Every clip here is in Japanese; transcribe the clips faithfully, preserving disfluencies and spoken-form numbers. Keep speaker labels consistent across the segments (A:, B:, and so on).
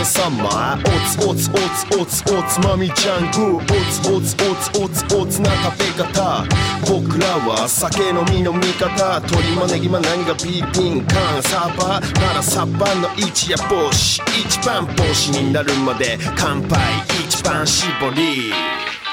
A: のサンマーおつおつおつおつおつまみちゃんグーおつおつおつおつおつな食べ方僕らは酒飲みの味方鶏もネギも何がビービンカンサバならサバの一夜帽子一番帽子になるまで乾杯一番絞りよ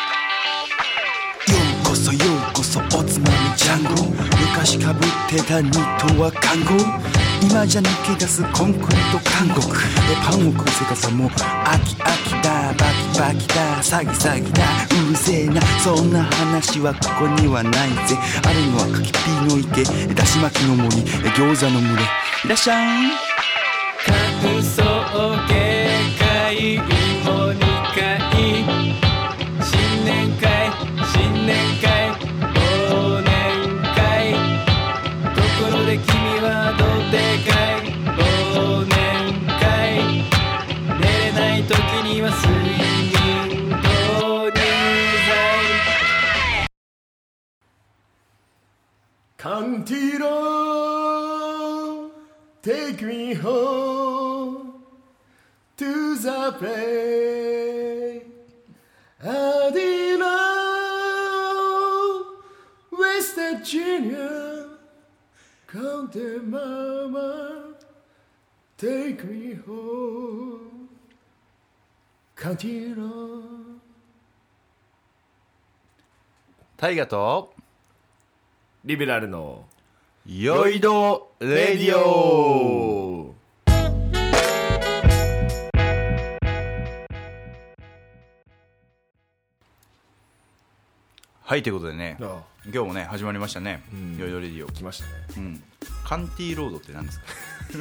A: うこそようこそおつまみジャンゴ昔かぶってたニットは看護今じゃ抜け出すコンクリート韓国パンを食うせかさも飽き飽きだバキバキだ詐欺詐欺だうるせえなそんな話はここにはないぜあるのは柿ピーの池だし巻きの森餃子の群れいらっしゃい
B: 歓送迎会芋煮会新年会新年会忘年会ところで君はどうでかい忘年会寝れない時には睡眠導入剤
A: カンティロ Take me home to the play Adilo West Virginia County Mama Take me home カンティロ
C: タイガと
A: リベラルの
C: ヨイドレディオ。はいということでね、
A: ああ
C: 今日もね始まりましたね、
A: うん、
C: ヨイドレディオ
A: 来ましたね、
C: うん、カンティーロードって何ですか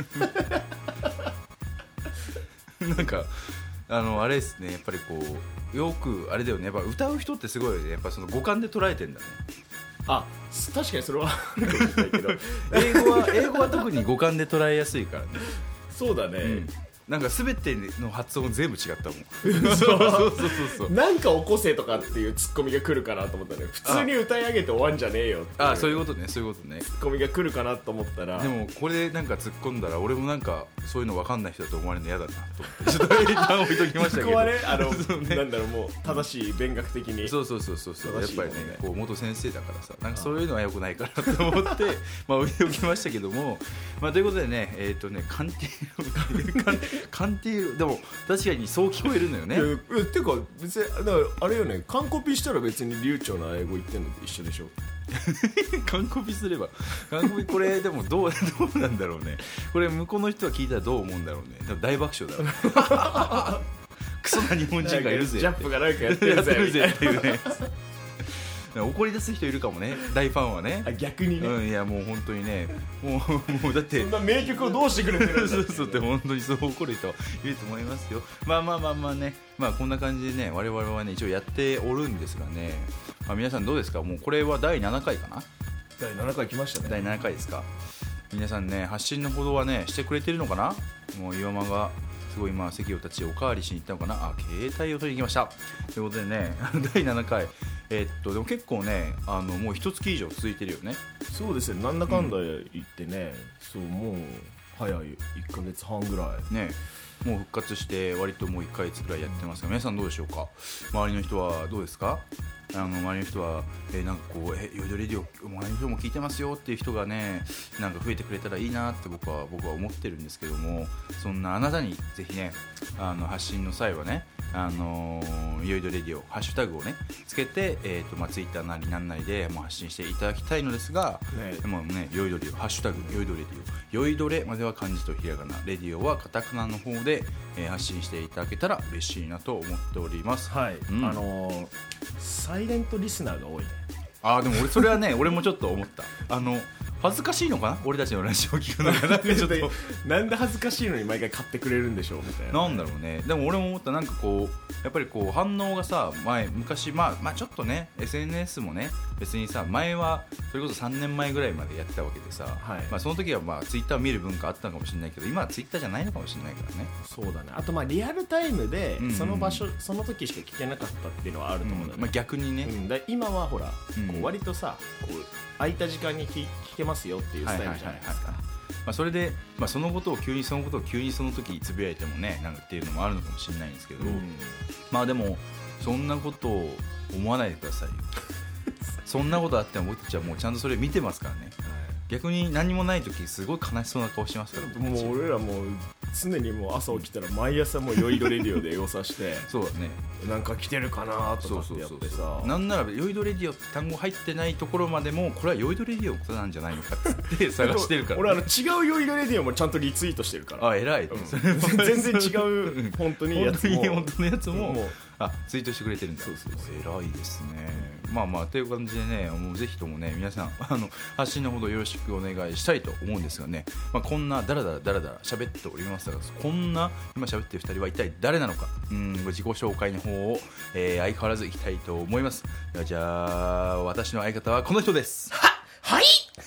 C: なんかあのあれですねやっぱりこうよくあれだよねやっぱ歌う人ってすごいよねやっぱその五感で捉えてんだね。
A: あ確かにそれはあるかもしれないけど
C: 英語は英語は特に五感で捉えやすいからね。
A: そうだね、
C: うんなんか全ての発音全部違ったもんそうそうそうそう
A: なんか起こせとかっていうツッコミが来るかなと思ったね普通に歌い上げて終わんじゃねえよっていう
C: ああそういうことねそういうことね
A: ツッコミが来るかなと思ったら
C: でもこれでなんか突っ込んだら俺もなんかそういうの分かんない人だと思われるの嫌だなと思ってちょっと一旦置いときましたけど
A: ここはねあの
C: ね
A: なんだろうもう正しい弁学的に
C: そうそうそうそうそうやっぱり
A: 正しいもんね
C: ねこう元先生だからさなんかそういうのは良くないかなと思ってまあ置いておきましたけどもまあということでねえっとねカンティーロカンカンティーロでも確かにそう聞こえるのよね。
A: いやてか別にだからあれよね完コピしたら別に流暢な英語言ってんのと一緒でしょ
C: 完コピすれば完コピこれでもどうどうなんだろうねこれ向こうの人は聞いたらどう思うんだろうね多分大爆笑だろうねクソな日本人がいるぜ
A: ジャップがなんかやってるぜ
C: やってるぜっていうね怒り出す人いるかもね大ファンはね
A: あ逆にね、
C: うん、いやもう本当にねもう、もうだって
A: そんな名曲をどうしてくれてるんだって
C: そうそうって本当にそう怒る人いると思いますよ。まあまあまあまあねまあこんな感じでね我々はね一応やっておるんですがね、まあ、皆さんどうですかもうこれはだいななかいかな
A: だいななかい来ましたね
C: だいななかいですか皆さんね発信のほどはねしてくれてるのかなもう岩間がすごい今席を立ちおかわりしに行ったのかなあ携帯を取りに行きましたということでねだいななかいえー、っとでも結構ねあのもう一月以上続いてるよね。
A: そうですねなんだかんだ言ってね、うん、そうもう早いいっかげつはんぐらい
C: ねもう復活して割ともういっかげつぐらいやってますが皆さんどうでしょうか周りの人はどうですかあの周りの人は、えー、なんかこうえヨイドレディオ周りの人も聞いてますよっていう人がねなんか増えてくれたらいいなって僕は僕は思ってるんですけどもそんなあなたにぜひねあの発信の際はねあのー、ヨイドレディオハッシュタグをねつけて、えーとまあ、ツイッターなりなんなりでもう発信していただきたいのですが、ね、でもねヨイドレディオハッシュタグヨイドレディオヨイドレまでは漢字とひらがなレディオはカタカナの方で、えー、発信していただけたら嬉しいなと思っております。
A: はい、
C: うん、
A: あのー、サイレントリスナーが多いね。
C: あでも俺それはね俺もちょっと思ったあの恥ずかしいのかな俺たちのラジオを聞くのがなんかちょっと
A: なんで恥ずかしいのに毎回買ってくれるんでしょうみたいな。
C: なんだろうねでも俺も思ったなんかこうやっぱりこう反応がさ前昔まあまあちょっとね エスエヌエス もね別にさ前はそれこそさんねんまえぐらいまでやってたわけでさ、はいまあ、その時はまあツイッターを見る文化あったのかもしれないけど今はツイッターじゃないのかもしれないからね。
A: そうだねあとまあリアルタイムでその場所、
C: うんうん、
A: その時しか聞けなかったっていうのはあると思うんだよね、
C: うんまあ、逆にね、
A: うん、だ今はほら、
C: うん、
A: こう割とさこう空いた時間に 聞, 聞けますよっていうスタイルじゃないですか。
C: まあ、それで、まあ、そのことを急にそのことを急にその時つぶやいてもねなんかっていうのもあるのかもしれないんですけど、うん、まあでもそんなことを思わないでくださいよそんなことあっても僕たちはもうちゃんとそれ見てますからね、はい、逆に何もない時すごい悲しそうな顔してますから。
D: もう俺らもう常にもう朝起きたら毎朝もう酔いどレディオでエゴさして
C: そうだね、
D: なんか来てるかなとかってやってさ、
C: なんなら酔いどレディオって単語入ってないところまでもこれは酔いどレディオのことなんじゃないのかって探してるから、ね、
D: 俺あの違う酔いどレディオもちゃんとリツイートしてるから。
C: あ偉い、
D: うん、全然違う本当にやつも
C: 本当のやつもあツイートしてくれてるんだ。
D: そうそうそう
C: 偉いですね。まあまあという感じでね、もうぜひともね皆さんあの発信のほどよろしくお願いしたいと思うんですがね、まあ、こんなダラダラダラダラ喋っておりますが、こんな今喋ってるふたりは一体誰なのか、うんご自己紹介の方を、えー、相変わらずいきたいと思います。じゃあ私の相方はこの人です。
D: ははい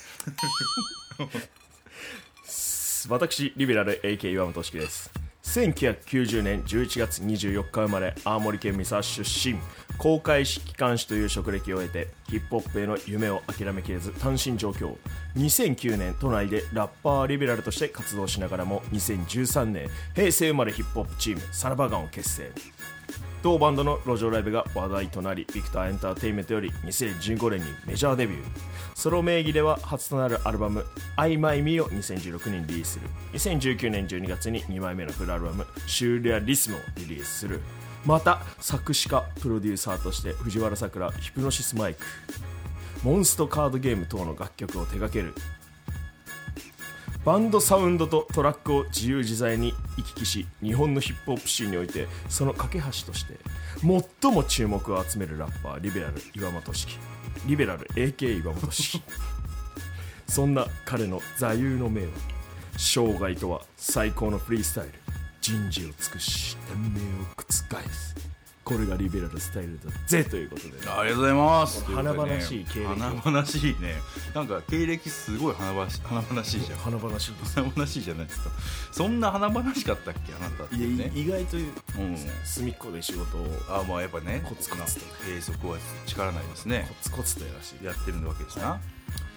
D: 私リベラル エーケー 岩本俊樹です。せんきゅうひゃくきゅうじゅうねんじゅういちがつにじゅうよっか生まれ、青森県三沢市出身、航海士機関士という職歴を経てヒップホップへの夢を諦めきれず単身上京。にせんきゅうねん都内でラッパーリベラルとして活動しながらもにせんじゅうさんねん平成生まれヒップホップチームサラバガンを結成。同バンドの路上ライブが話題となり、ビクターエンターテインメントよりにせんじゅうごねんにメジャーデビュー。ソロ名義では初となるアルバム I My Me をにせんじゅうろくねんにリリースする。にせんじゅうきゅうねんじゅうにがつににまいめのフルアルバムシューレアリスムをリリースする。また作詞家プロデューサーとして藤原さくら、ヒプノシスマイク、モンストカードゲーム等の楽曲を手掛ける。バンドサウンドとトラックを自由自在に行き来し、日本のヒップホップシーンにおいてその架け橋として最も注目を集めるラッパーリベラル岩本式、リベラル エーケー 岩本式そんな彼の座右の銘は、生涯とは最高のフリースタイル、人事を尽くし天命を覆す、これがリベラルスタイルだぜということで、ね、
C: ありがとうございます。
D: 華々しい経歴、
C: 華々しいね。なんか経歴すごい華々しい、華々しいじゃん。
D: 華々しいです。
C: 華々しいじゃないですか。そんな華々しかったっけあなたって、ね、
D: いや意外と、うん、隅っこで仕事を
C: あまあやっぱね
D: コツコツと
C: 閉塞は力なりますね。
D: コツコツとやらしい
C: やってるわけですな、はい、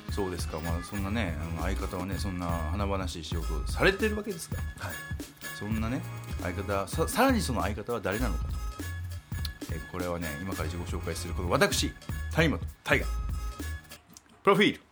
C: そうですか。まあそんなねあの相方はねそんな華々しい仕事をされてるわけですから、はい、そんなね相方 さ, さらにその相方は誰なのかと。これはね今から自己紹介するこの私谷本大我プロフィール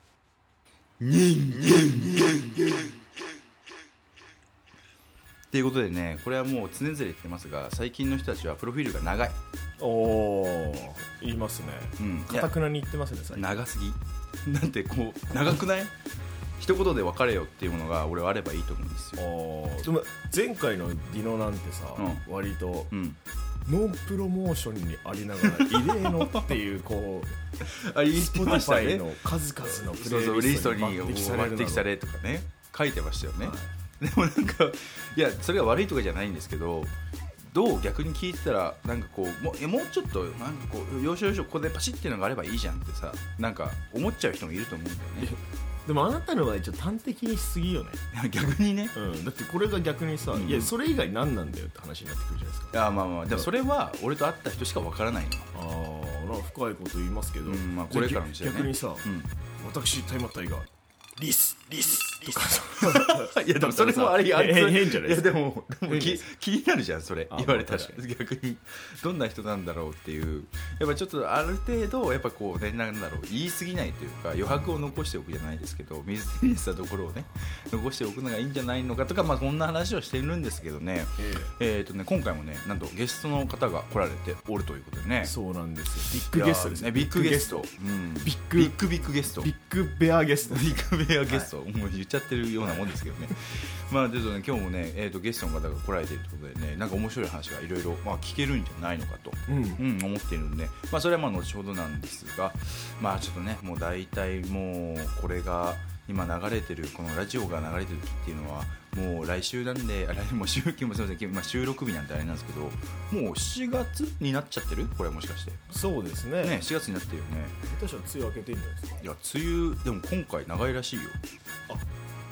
C: っていうことでね、これはもう常々言ってますが、最近の人たちはプロフィールが長い。
D: おお言いますね、うん、堅くなに言ってますね最近。
C: 長すぎなんてこう長くない一言で別れよっていうものが俺はあればいいと思うんですよ。
D: でも前回のディノなんてさ、うん、割と、うんノンプロモーションにありながら異例のっていうこう
C: あ言ってましたね。
D: の数々のプレイリストに抜擢される
C: 抜擢されとかね書いてましたよね、はい、でもなんかいやそれが悪いとかじゃないんですけど、どう逆に聞いてたらなんかこうもう、もうちょっとなんかこう要所要所ここでパシッっていうのがあればいいじゃんってさ、なんか思っちゃう人もいると思うんだよね。
D: でもあなたの場合ちょっと端的にしすぎよね。
C: 逆にね、
D: うん、だってこれが逆にさ、うん、いやそれ以外何なんだよって話になってくるじゃないですか。
C: いやまあまあでもそれは俺と会った人しかわからないの。
D: ああなんか深いこと言いますけど、
C: うんまあ、これからの時代ね
D: 逆にさ、うん、私タイマッタイがリスリスとか
C: さいやでもそれもあれ
D: 変じゃないですか。
C: いやでもでも 気, 気になるじゃんそれ言われたら、逆にどんな人なんだろうっていう、やっぱちょっとある程度やっぱこうねなんだろう言い過ぎないというか余白を残しておくじゃないですけど、水に入れたところをね残しておくのがいいんじゃないのかとか、まあこんな話をしてるんですけどね、えー、えーとね今回もねなんとゲストの方が来られておるということでね。
D: そうなんですよ。ビッグゲストですね。
C: ビッグゲスト、うん、ビッグビッグビッグゲスト
D: ビッグベアゲスト
C: ビッグベアゲスト、はい、もう言っちゃってるようなもんですけどねまあでね今日もね、えー、とゲストの方が来られているということでね、なんか面白い話がいろいろ聞けるんじゃないのかと、うんうん、思っているんで、まあ、それはまあ後ほどなんですが、まあちょっとねもう大体もうこれが今流れてるこのラジオが流れてる時っていうのはもう来週なんで、あもう週期もすみません、まあ、収録日なんてあれなんですけど、もうしがつになっちゃってるこれもしかして。
D: そうですね。
C: ねしがつになってるよね。
D: 私は梅雨明けてるんじゃないですか。
C: いや梅雨でも今回長いらしいよ。
D: あ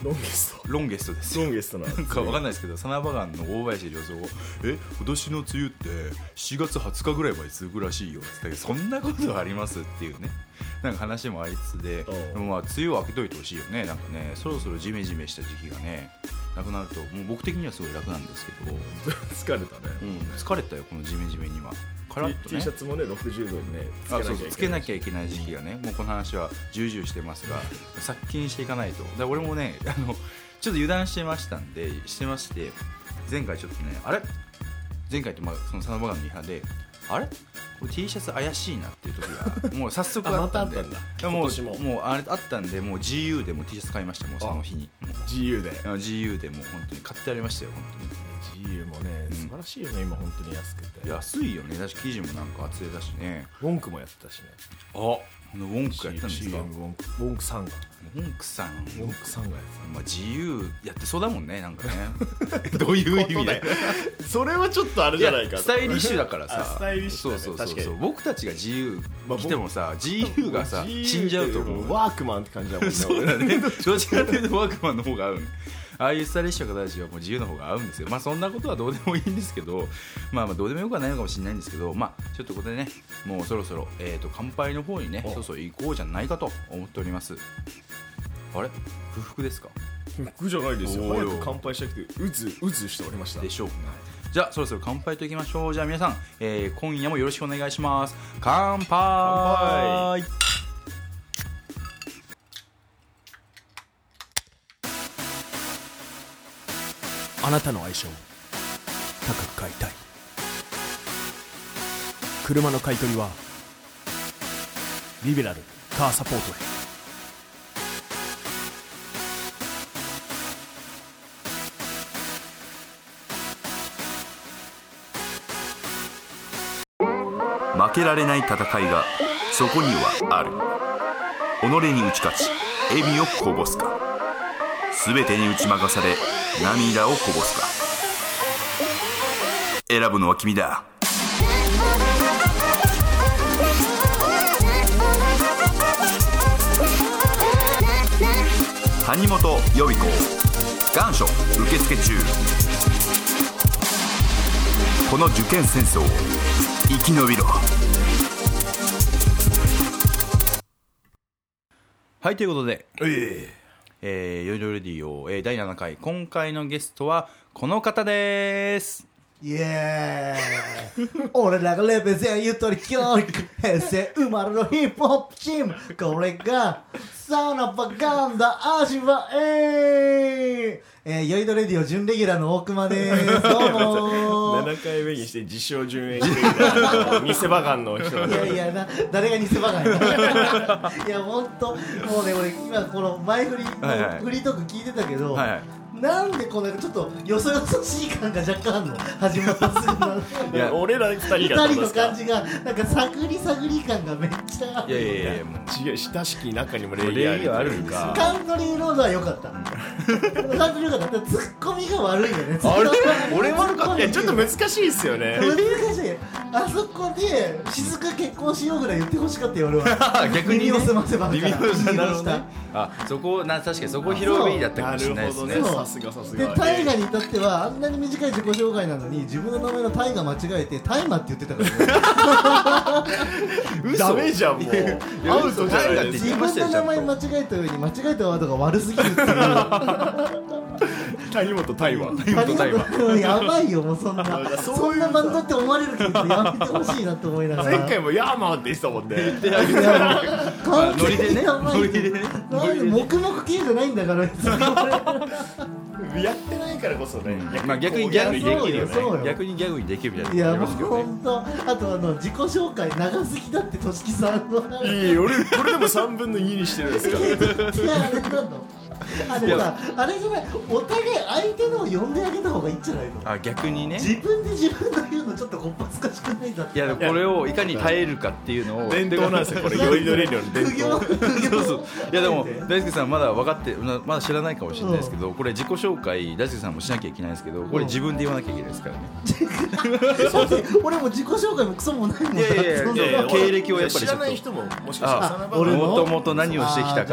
D: ロンゲスト
C: ロンゲストですよ。
D: ロンゲストな
C: なんかわかんないですけど、サナバガンの大林良三をえ今年の梅雨ってしがつはつかぐらいまで続くらしいよって言ったけど、そんなことありますっていうね、なんか話もありつつで、でもまあ梅雨を明けといてほしいよね。なんかね、そろそろジメジメした時期がねなくなると、もう僕的にはすごい楽なんですけど
D: 疲れたね、
C: うん、疲れたよこのジメジメには。カラッとね、
D: T シャツもねろくじゅうどにね
C: あそうそうつけなきゃいけない時期がね、もうこの話は重々してますが殺菌していかないと。で俺もねあのちょっと油断してましたんでしてまして前回ちょっとねあれ前回ってまあそのサナバガンのリハであれこれ T シャツ怪しいなっていう時がもう早速あったんで
D: あまたあったんだ
C: もう
D: 今年も
C: もうあれあったんで、もう ジーユー でも T シャツ買いました。もうその日にもう
D: ジーユー で
C: ジーユー でもう本当に買ってありましたよ本当に。
D: ジーユー もね素晴らしいよね、今本当に安くて
C: 安いよね。だし生地もなんか厚手だしね。
D: ウォンクもやってたしね。
C: あこのウォンクやったんですか。
D: シーエム ウォンクウォンクさんが
C: ウォンクさん
D: ウォンクさんがやって
C: まあ、自由やってそうだもんねなんかねどういう意味で
D: たそれはちょっとあれじゃないか
C: スタイリッシュだからさ
D: あスタイリッシュだね
C: そうそうそう
D: 確かに
C: そう僕たちが自由
D: まあ
C: 来てもさ ジーユー がさ
D: ジーユー
C: 死んじゃうと思う。
D: ワークマンって感じだもんね
C: そうだねどっちかっていうとワークマンの方が合うね。ああいうスタイリッシュな方たちはもう自由な方が合うんですよ。まあそんなことはどうでもいいんですけど、まあまあどうでもよくはないのかもしれないんですけど、まあちょっとここでねもうそろそろ、えー、と乾杯の方にねそろそろ行こうじゃないかと思っております。あれ不服ですか。
D: 服じゃないですよ。
C: おー
D: 早く乾杯したくてうずうずしておりました
C: でしょう。じゃあそろそろ乾杯といきましょう。じゃあ皆さん、えー今夜もよろしくお願いします。乾杯。
D: 乾杯。あなたの愛車を高く買いたい。車の買い取りはリベラルカーサポートへ。
E: 負けられない戦いがそこにはある。己に打ち勝ち笑みをこぼすか、全てに打ち負かされ涙をこぼすか、選ぶのは君だ。谷本予備校願書受付中。この受験戦争を生き延びろ。
C: はいということで、
D: え
C: えー、ヨイドレディオ、えー、だいななかい今回のゲストはこの方です。
F: イエーイ俺らがレベゼンゆとり教育平成生まれのヒップホップチーム、これがサナバガンダ味わええー、ヨイドレディオ準レギュラーの大熊ですどうも
D: ななかいめにして自称準演レギュラーの偽バガンの人が
F: いやいやな、誰が偽バカやいやほんともうね俺今この前振り
C: はいはい
F: のフリートーク聞いてたけど、
C: はいはい
F: なんでこんなちょっとよそよそしい感が若干あるの始まったすぐなの
C: いや
D: 俺ら二人
F: 二人の
D: がどうですか。
F: 感じがなんか探り探り感がめっちゃある
C: いやいやいやもう
D: 違う、親しき中にも礼儀あるというか。
F: カントリーロードは良かったカントリーロードは良かったツッコミが悪いよね
C: あれ俺悪かった
D: いやちょっと難しいですよね。
F: 難しいあそこで雫結婚しようぐらい言ってほしかったよ俺は
C: 逆にね
F: 耳を澄ませば
C: 耳を澄ませなるほどね。あそこな確かにそこ拾うべきだったかもしれないですね。
D: なるほどね。
F: そう
D: さすがさす
F: で
D: が。
F: タイガに至ってはあんなに短い自己紹介なのに自分の名前のタイガ間違えてタイマって言ってたからね
D: ダメじゃんもう。アウトじゃないです
F: 自分の名前間違えた上に間違えたワードが悪すぎるっていう
D: 谷本タイは。
C: 谷本タイマー
F: やばいよもうそんな
D: そういうさ
F: そんなバンドって思われるけどやめてほしいなと思いながら
D: 前回もヤーマーって言ってたもんね。
F: いや完
C: ノリでね
F: 全にやばい
C: ノリでね
F: なんで黙々系じゃないんだから別に
D: やってないからこそね。
C: まあ逆にギャグにできるよ
F: そうよそうよ
C: ね。逆にギャグにできるみたいなのあり
F: いやもう
C: ますけどね。
F: 本当あとあの自己紹介長すぎだってとしきさんの
D: いい俺これでも三分の二にしてるんですから。
F: いやあれなのあれさあれじゃないお互い相手のを呼んであげた方がいいんじゃないの
C: あ逆にね。
F: 自分で自分の言うのちょっとこっぱずかしくないんだって
C: いやこれをいかに耐えるかっていうのを
D: 伝統なんですよこれ。ヨイドレディオの伝
F: 苦行
D: 統。
F: 苦行
C: そうそういやでも大輔さんまだ分かってままだ知らないかもしれないですけど、これ自己紹介大輔さんもしなきゃいけないんですけど、これ自分で言わなきゃいけないですからね。
F: だって俺も自己紹介もクソもないもんだってそんな
C: いやいや経歴をやっぱり
D: 知
C: ちょっと
D: らない人ももしかしたら
F: あ
D: サナバガン
F: 俺も
C: もともと何をしてきたかと。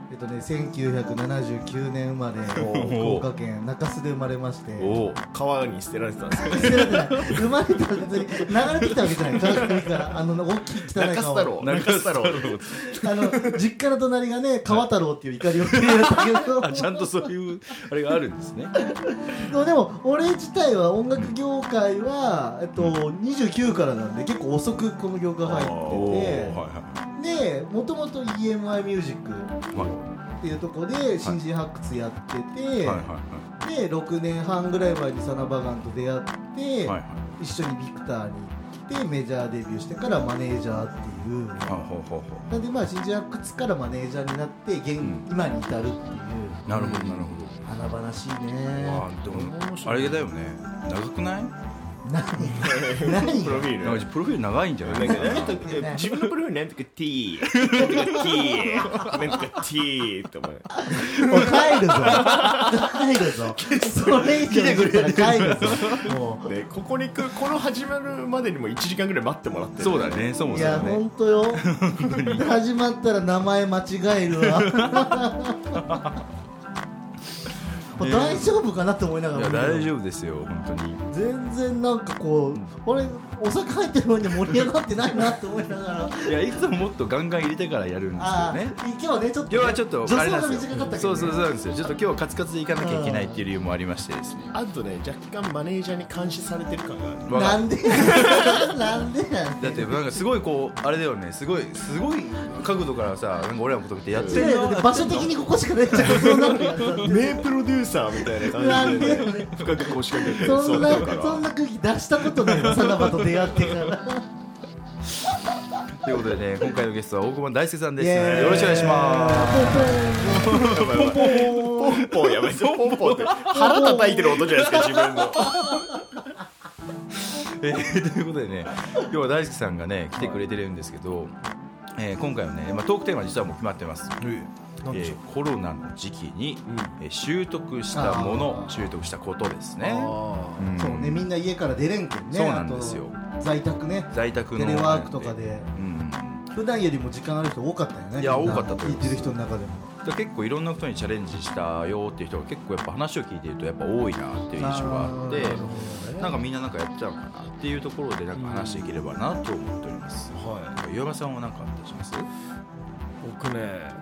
F: えっとね、せんきゅうひゃくななじゅうきゅうねん生まれ、福岡県中洲で生まれまして、
D: お川に捨てられてたんですか？
F: 捨てられてない。生まれたら別に流れてきたわけじゃない。川上からあの大きい汚い川。
D: 中洲太郎。中洲太郎。
F: あの実家の隣がね、川太郎っていう怒りを切りやったけど、
C: あ、ちゃんとそういうあれがあるんですね。
F: でもでも俺自体は音楽業界はえっとにじゅうきゅうからなんで結構遅くこの業界入ってて、
C: はいは
F: でもともと イーエムアイ ミュージックっていうところで新人発掘やってて、
C: いはいはい
F: でろくねんはんぐらい前にサナバガンと出会って、
C: はいはい
F: 一緒にビクターに行ってメジャーデビューしてからマネージャーっていう
C: あ、ほうほうほ
F: なんでまあ新人発掘からマネージャーになって現、
C: ん
F: 今に至るっていう
C: う。なるほどなるほ
F: 華々しい
C: ど。
F: ね。
C: あー、でもあれだよね。長くない？
F: 何何
D: プロフィール
C: なんかプロフィール長いんじゃないかな。
D: 自分のプロフィールなんとか T なんとか T なんとか T って思う。
F: もう帰るぞ帰るぞそれ以上言ったら帰るぞもう
D: でここに来るこの始まるまでにもいちじかんぐらい待ってもらってる。
C: そうだね、そうも
F: いや
C: そうだね。
F: 本当よ始まったら名前間違えるわもう大丈夫かなって思いながら
C: いや大丈夫ですよ本当に。
F: 全然なんかこう俺お酒入ってるのに盛り上がってないなって思いながら
C: いやいつももっとガンガン入れてからやるんですけど
F: あ
C: ね。
F: ー今日はねちょっと、ね、
C: 今日はちょっと
F: 助走が
C: あれなんですよ。
F: 短かったけど、ね、
C: そうそうそうなんですよ。ちょっと今日はカツカツでいかなきゃいけないっていう理由もありましてですね。
D: あとね若干マネージャーに監視されてる感がある。
C: わかる
F: なんでやなんでや
C: だってなんかすごいこうあれだよね、すごいすごい角度からさ、なんか俺らのこと見てやって
F: いやいやだって場所的にここしかないじゃんそうなるやつだって
D: 名プロデューサーみたいな感じで、
F: なんで
D: ね、深く腰掛けて
F: そんな
D: そうだから
F: そんな空気出したことないのサナバと出会ってから
C: ということでね、今回のゲストは大久保大輔さんです。
F: イエーイ
C: よろしくお願いします。
D: ポンポンやめて、ポンポンって腹叩いてる音じゃないですか自分の。
C: えーということでね、今日は大輔さんがね来てくれてるんですけど、えー今回はね、まあ、トークテーマ実はもう決まってます。えーコロナの時期に、えー習得したもの、習得したことですね。うん
F: そうねみんな家から出れんけんね。
C: そうなんですよ。
F: あと在宅ね
C: 在宅の
F: テレワークとかで
C: うん
F: 普段よりも時間ある人多かったよね。
C: いや
F: みんな
C: 多かったと思います
F: 聞いてる人の中でも
C: だ結構いろんな人にチャレンジしたよっていう人が結構やっぱ話を聞いてるとやっぱ多いなっていう印象があって、なんかみんななんかやってたのかなっていうところでなんか話していければなと思っております。
D: はい。
C: 岩間さんは何かあったりします？
D: 僕ね。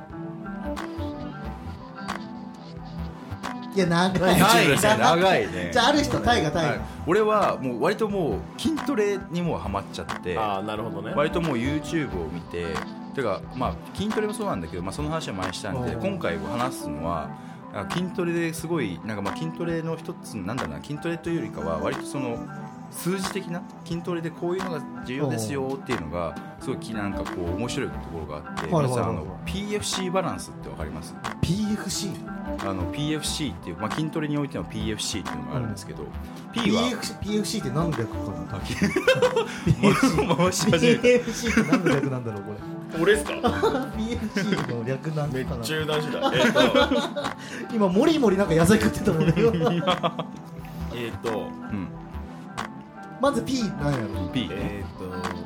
F: いや長い
C: 長いね長いね
F: じゃあある人タイがタイ
C: はい、俺はもう割ともう筋トレにもうハマっちゃって
D: ああなるほどね。
C: 割ともう YouTube を見ててかまあ筋トレもそうなんだけど、まあ、その話は前にしたんで
F: おー
C: 今回話すのはあ筋トレですごいなんかまあ筋トレの一つなんだろうな筋トレというよりかは割とその数字的な筋トレでこういうのが重要ですよっていうのがすごいなんかこう面白いところがあって、
F: はいはいはい
C: 皆さんあの ピーエフシー バランスってわかります？
F: ピーエフシー
C: あの ピーエフシー っていう、まあ、筋トレにおいての ピーエフシー っていうのがあるんですけど、P は
F: ピーエフシー ピーエフシー って何の略かな
C: 回し始めた
F: ピーエフシー って何の略なんだろうこれ
D: 俺ですか？
F: ピーエフシー の略なん
D: めっ
F: かな
D: ちゃ油断してた。えっと
F: 今もりもりなんか野菜食ってたもんね
D: えっと
C: うん
F: まず P なんやろ
C: P ね
D: えっと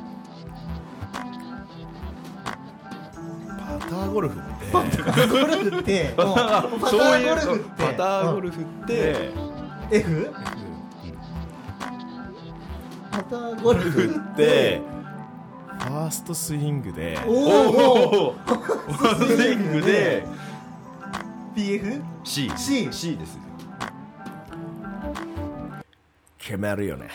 D: パターゴルフって
F: ゴルフってもうパタ
C: そう
F: ー
C: いう
F: ゴルフって
C: パターゴルフって
D: で
F: F? パターゴルフ
D: フってファーストスイングで
F: お
C: お
F: お
C: おスイングで
F: ピーエフ?
C: C
F: C
C: C です。
D: 決まるよね。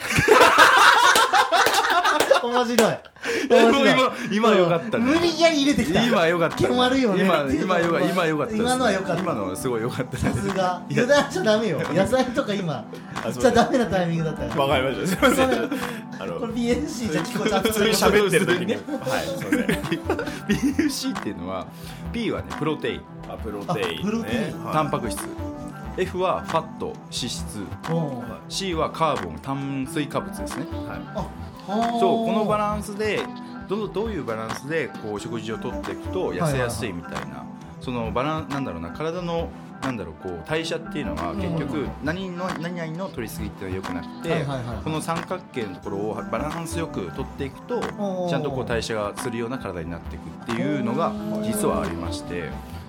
F: 面白い
C: 今
F: 面白い
C: 今今よかったね。
F: 無理やり入れてきた
C: 今よかったね。
F: 決まるよね
C: 今今よか今よかったですね。
F: 今のはよかった
C: 今のはすごいよかったです。
F: さすが油断しちゃダメよ野菜とか今言っちゃダメなタイミングだったよ
D: わかりました。すみません。あの
F: これ ピーエフシー じゃ聞こえちゃう
D: 普通に喋ってる時に、はい、すみません。
C: ピーエフシー っていうのは P はねプロテイン
D: あプロテイン、ね、
F: あプロテイン
D: はい
C: タンパク質、F はファット脂質、
F: おう
C: C はカーボン炭水化物ですね。
F: あ
C: そうこのバランスでどどういうバランスでこう食事をとっていくと痩せやすいみたいな、そのバランなんだろうな体のなんだろうこう代謝っていうのは結局何の何々の取りすぎっていうのは良くなくて、
F: はいはいはい
C: この三角形のところをバランスよく取っていくと
F: おー
C: ちゃんとこう代謝がするような体になっていくっていうのが実はありまして、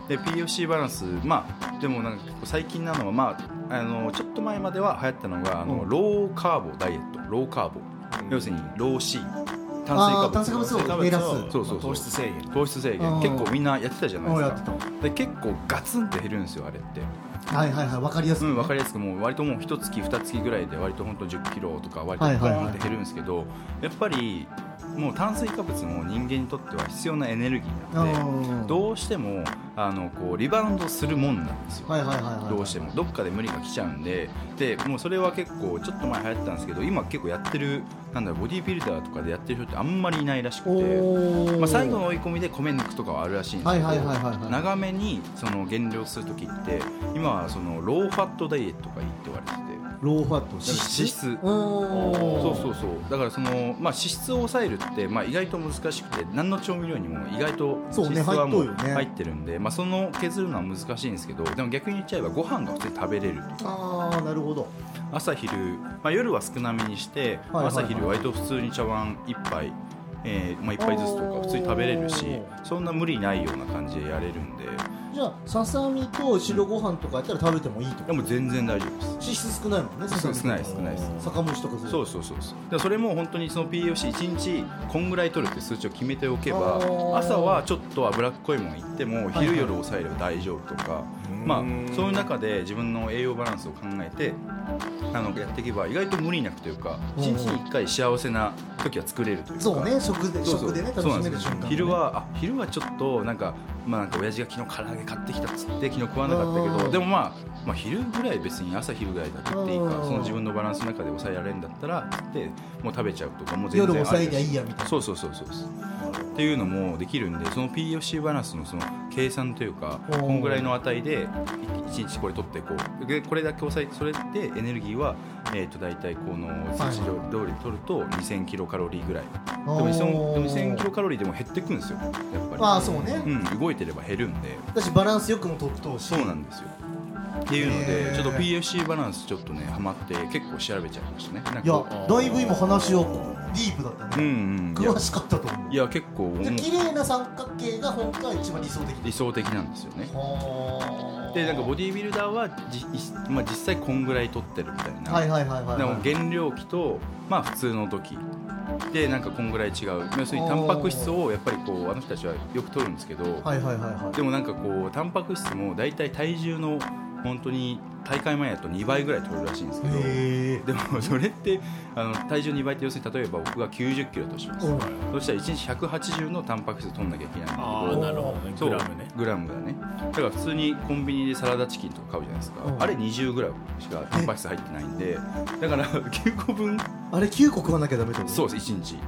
C: で ピーエフシー バランス、まあでもなんか最近なのは、まあ、あのちょっと前までは流行ったのがあの、うん、ローカーボダイエット、ローカーボ、うん、要するにロー C、炭水化物、
F: 炭水化物を減らす、
C: そうそうそう、
D: 糖質制限、
C: 糖質制限、結構みんなやってたじゃないですか。で結構ガツンって減るんですよあれって。
F: はいはいはい、分かりやすく、ね、
C: うん、分かりやすく、もう割ともう一月二月ぐらいで割と本当じゅっキロとか割とガンって減るんですけど、やっぱりもう炭水化物も人間にとっては必要なエネルギーなので、どうしてもあのこうリバウンドするもんなんですよ。
F: はいはいはいはい、
C: どうしてもどっかで無理が来ちゃうんで、でもうそれは結構ちょっと前流行ったんですけど、今結構やってるなんだろう、ボディービルダーとかでやってる人ってあんまりいないらしくて、まあ、最後の追い込みで米抜くとかはあるらしいんですけど、長めにその減量するときって今はそのローファットダイエットがいいって言われてて。
F: ローファット、
C: 脂質、そうそうそう、だからその、まあ、脂質を抑えるって、まあ、意外と難しくて、何の調味料にも意外と脂質はもう入ってるんで、まあ、その削るのは難しいんですけど、でも逆に言っちゃえばご飯が普通に食べれる。
F: ああ、なるほど。
C: 朝昼、まあ、夜は少なめにして、はいはいはい、朝昼割と普通に茶碗一杯、えーまあ、一杯ずつとか普通に食べれるし、そんな無理ないような感じでやれるんで。
F: じゃあささみと白ご飯とかやったら食べてもいいとか。
C: でも全然大丈夫です。
F: 脂質少ないもんね。
C: 少ない少ないです。
F: 酒蒸しとか
C: そうそうそうそう。でそれも本当にその ピーエフシーいちにちこんぐらい取るって数値を決めておけば、朝はちょっと脂っこいものいっても昼夜抑えれば大丈夫とか、まあそういう中で自分の栄養バランスを考えてあのやっていけば意外と無理なくというか、いちにちにいっかい幸せな時は作れるというか。
F: そうね、食で食でね楽しめる瞬間ね。
C: 昼はあ昼はちょっとなんかまあなんか親父が昨日唐揚げ買ってきたっつって昨日食わなかったけど、でもまあまあ昼ぐらい別に朝昼ぐらいだけ食っていいから、その自分のバランスの中で抑えられるんだったらってもう食べちゃうとか、もう全然
F: 夜抑えりゃいいやみたいな。
C: そうそうそうそうっていうのもできるんで、その ピーエフシー バランスのその計算というか、こんぐらいの値でいちにちこれ取ってこうで、これだけ抑えて、それでエネルギーはえっと大体この数値通り取るとにせんキロカロリーぐらい。でもにせんキロカロリーでも減っていくんですよやっぱり。
F: ああそうね、
C: うん、動いてれば減るんで。
F: 私バランスよくも取っとうし。
C: そうなんですよ。っていうのでちょっと ピーエフシー バランスちょっとねハマって結構調べちゃいましたね。
F: いやだいぶ今話をディープだったね。
C: うんうん、
F: 詳しかったと思う。
C: いや結構
F: じゃ綺麗な三角形が本当は一番理想的。
C: 理想的なんですよね。でなんかボディービルダーはじ、まあ、実際こんぐらい取ってるみたいな。
F: はいはいはいはい、はい、
C: でも減量期とまあ普通の時でなんかこんぐらい違う。要するにタンパク質をやっぱりこうあの人たちはよく取るんですけど、
F: はいはいはいはい、
C: でもなんかこうタンパク質もだいたい体重の本当に大会前だとにばいぐらい取るらしいんですけど、でもそれってあの体重にばいって要するに例えば僕がきゅうじゅっキロとします。そしたらいちにちひゃくはちじゅうのタンパク質取んなきゃいけないんだけど、
D: あなるほどね、グラムね。
C: グラムだね。だから普通にコンビニでサラダチキンとか買うじゃないですか。あれにじゅうグラムしかタンパク質入ってないんで、だからきゅうこぶん。
F: あれきゅうこ食わなきゃダメってこと？
C: そうです、いちにち。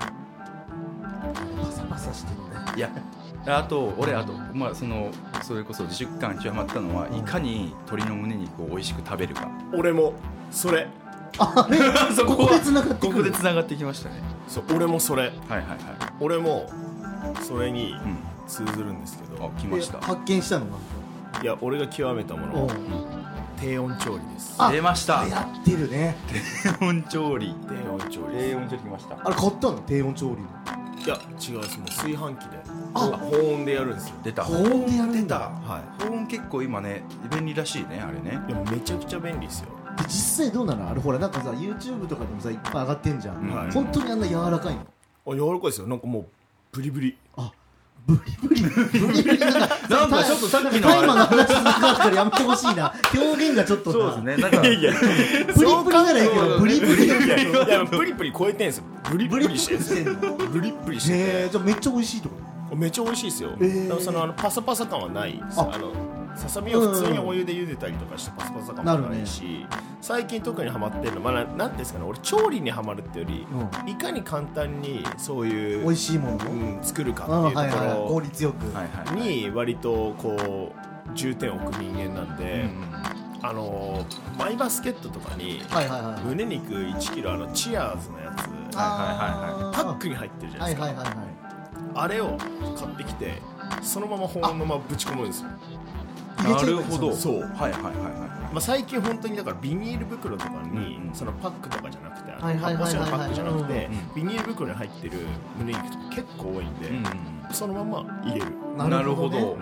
F: パサパサしてるね。
C: いや。あと俺あとまあそのそれこそ自粛期間極まったのは、いかに鶏の胸肉を美味しく食べるか。
D: 俺もそれ。
F: あれそこで繋がってくる。
C: ここで繋がってきましたね。
D: そう俺もそれ。はい
C: はいはい。
D: 俺もそれに通ずるんですけど。
C: あ来ました。
F: 発見したのは。
D: いや俺が極めたものは低温調理です。
C: 出ました。
F: やってるね。
C: 低温調理。
D: 低温調理。
C: 低温調理来ました。
F: あれ買ったの低温調理の。
D: いや違うです。もう炊飯器で。あ保温でやるんですよ。
C: 出た。
F: 保温でやるんだ。
C: はい。保温結構今ね便利らしいねあれね。
D: いやめちゃくちゃ便利ですよ。
F: で実際どうなのあれほらなんかさ YouTube とかでもさいっぱい上がってんじゃん。
C: うん、
F: 本当にあんな柔らかいの。
D: あ柔らかいですよ。なんかもうブリブリ。
F: あブリブリブリブリなんか
C: なんかちょっとさっきの
F: タイマーの話続くからやめてほしいな。表現がちょっと
C: そうですね。なんか
F: プリプリならいいけどブリブリ
D: いやいやプリプリ超えてんすよ。ブリブリしてんの。ブリブリして
F: へえじゃあめっちゃ美味しいとこ。
D: めっちゃ美味しいですよ。でもそのあのパサパサ感はないです。あのささみを普通にお湯で茹でたりとかしてパサパサ感もないし、最近特にハマってるのまあなんですかね、俺調理にハマるってより、うん、いかに簡単にそういう
F: 美味しいものを、
D: うん、作るかっていうところ、はいはい、
F: 効率よく
D: に割とこう重点を置く人間なんで、うん、あのマイバスケットとかに、はいはいはい、胸肉いちキロあのチアーズのやつ、はいはいはいはい、パックに入ってるじゃないですか、はいはいはいはい、あれを買ってきてそのまま保温のままぶち込むんですよ。
C: なるほど。
D: そう。
C: はいはいはいはい。
D: まあ最近本当にだからビニール袋とかに、うん、そのパックとかじゃなくて、発泡酒のパックじゃなくて、ビニール袋に入ってる胸肉とか結構多いんで、うん、そのまま入れる。
C: なるほど。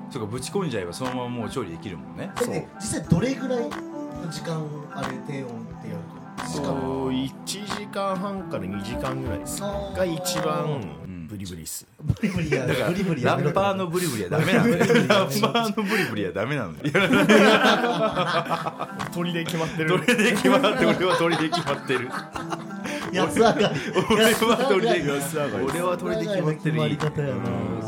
C: そうかぶち込んじゃえばそのままもう調理できるもんね。
F: えで実際どれぐらいの時間あれ低温ってやると時間
D: そういちじかんはんからにじかんぐらいです
F: あー
D: が一番
C: ん
D: ブリブリっす。
F: ブリブリや
C: だから
F: ブリブリやめろ
C: ラッパーのブリブリはダメなのよ。ラッパーのブリブリはダメなのよ。
D: 鳥で決まってる。
C: 鳥で決まって俺は鳥で決まってる。
F: 安上がり
C: 俺は鳥で
D: 安上がり
C: 俺は鳥で決まってる。
F: 決まり方やな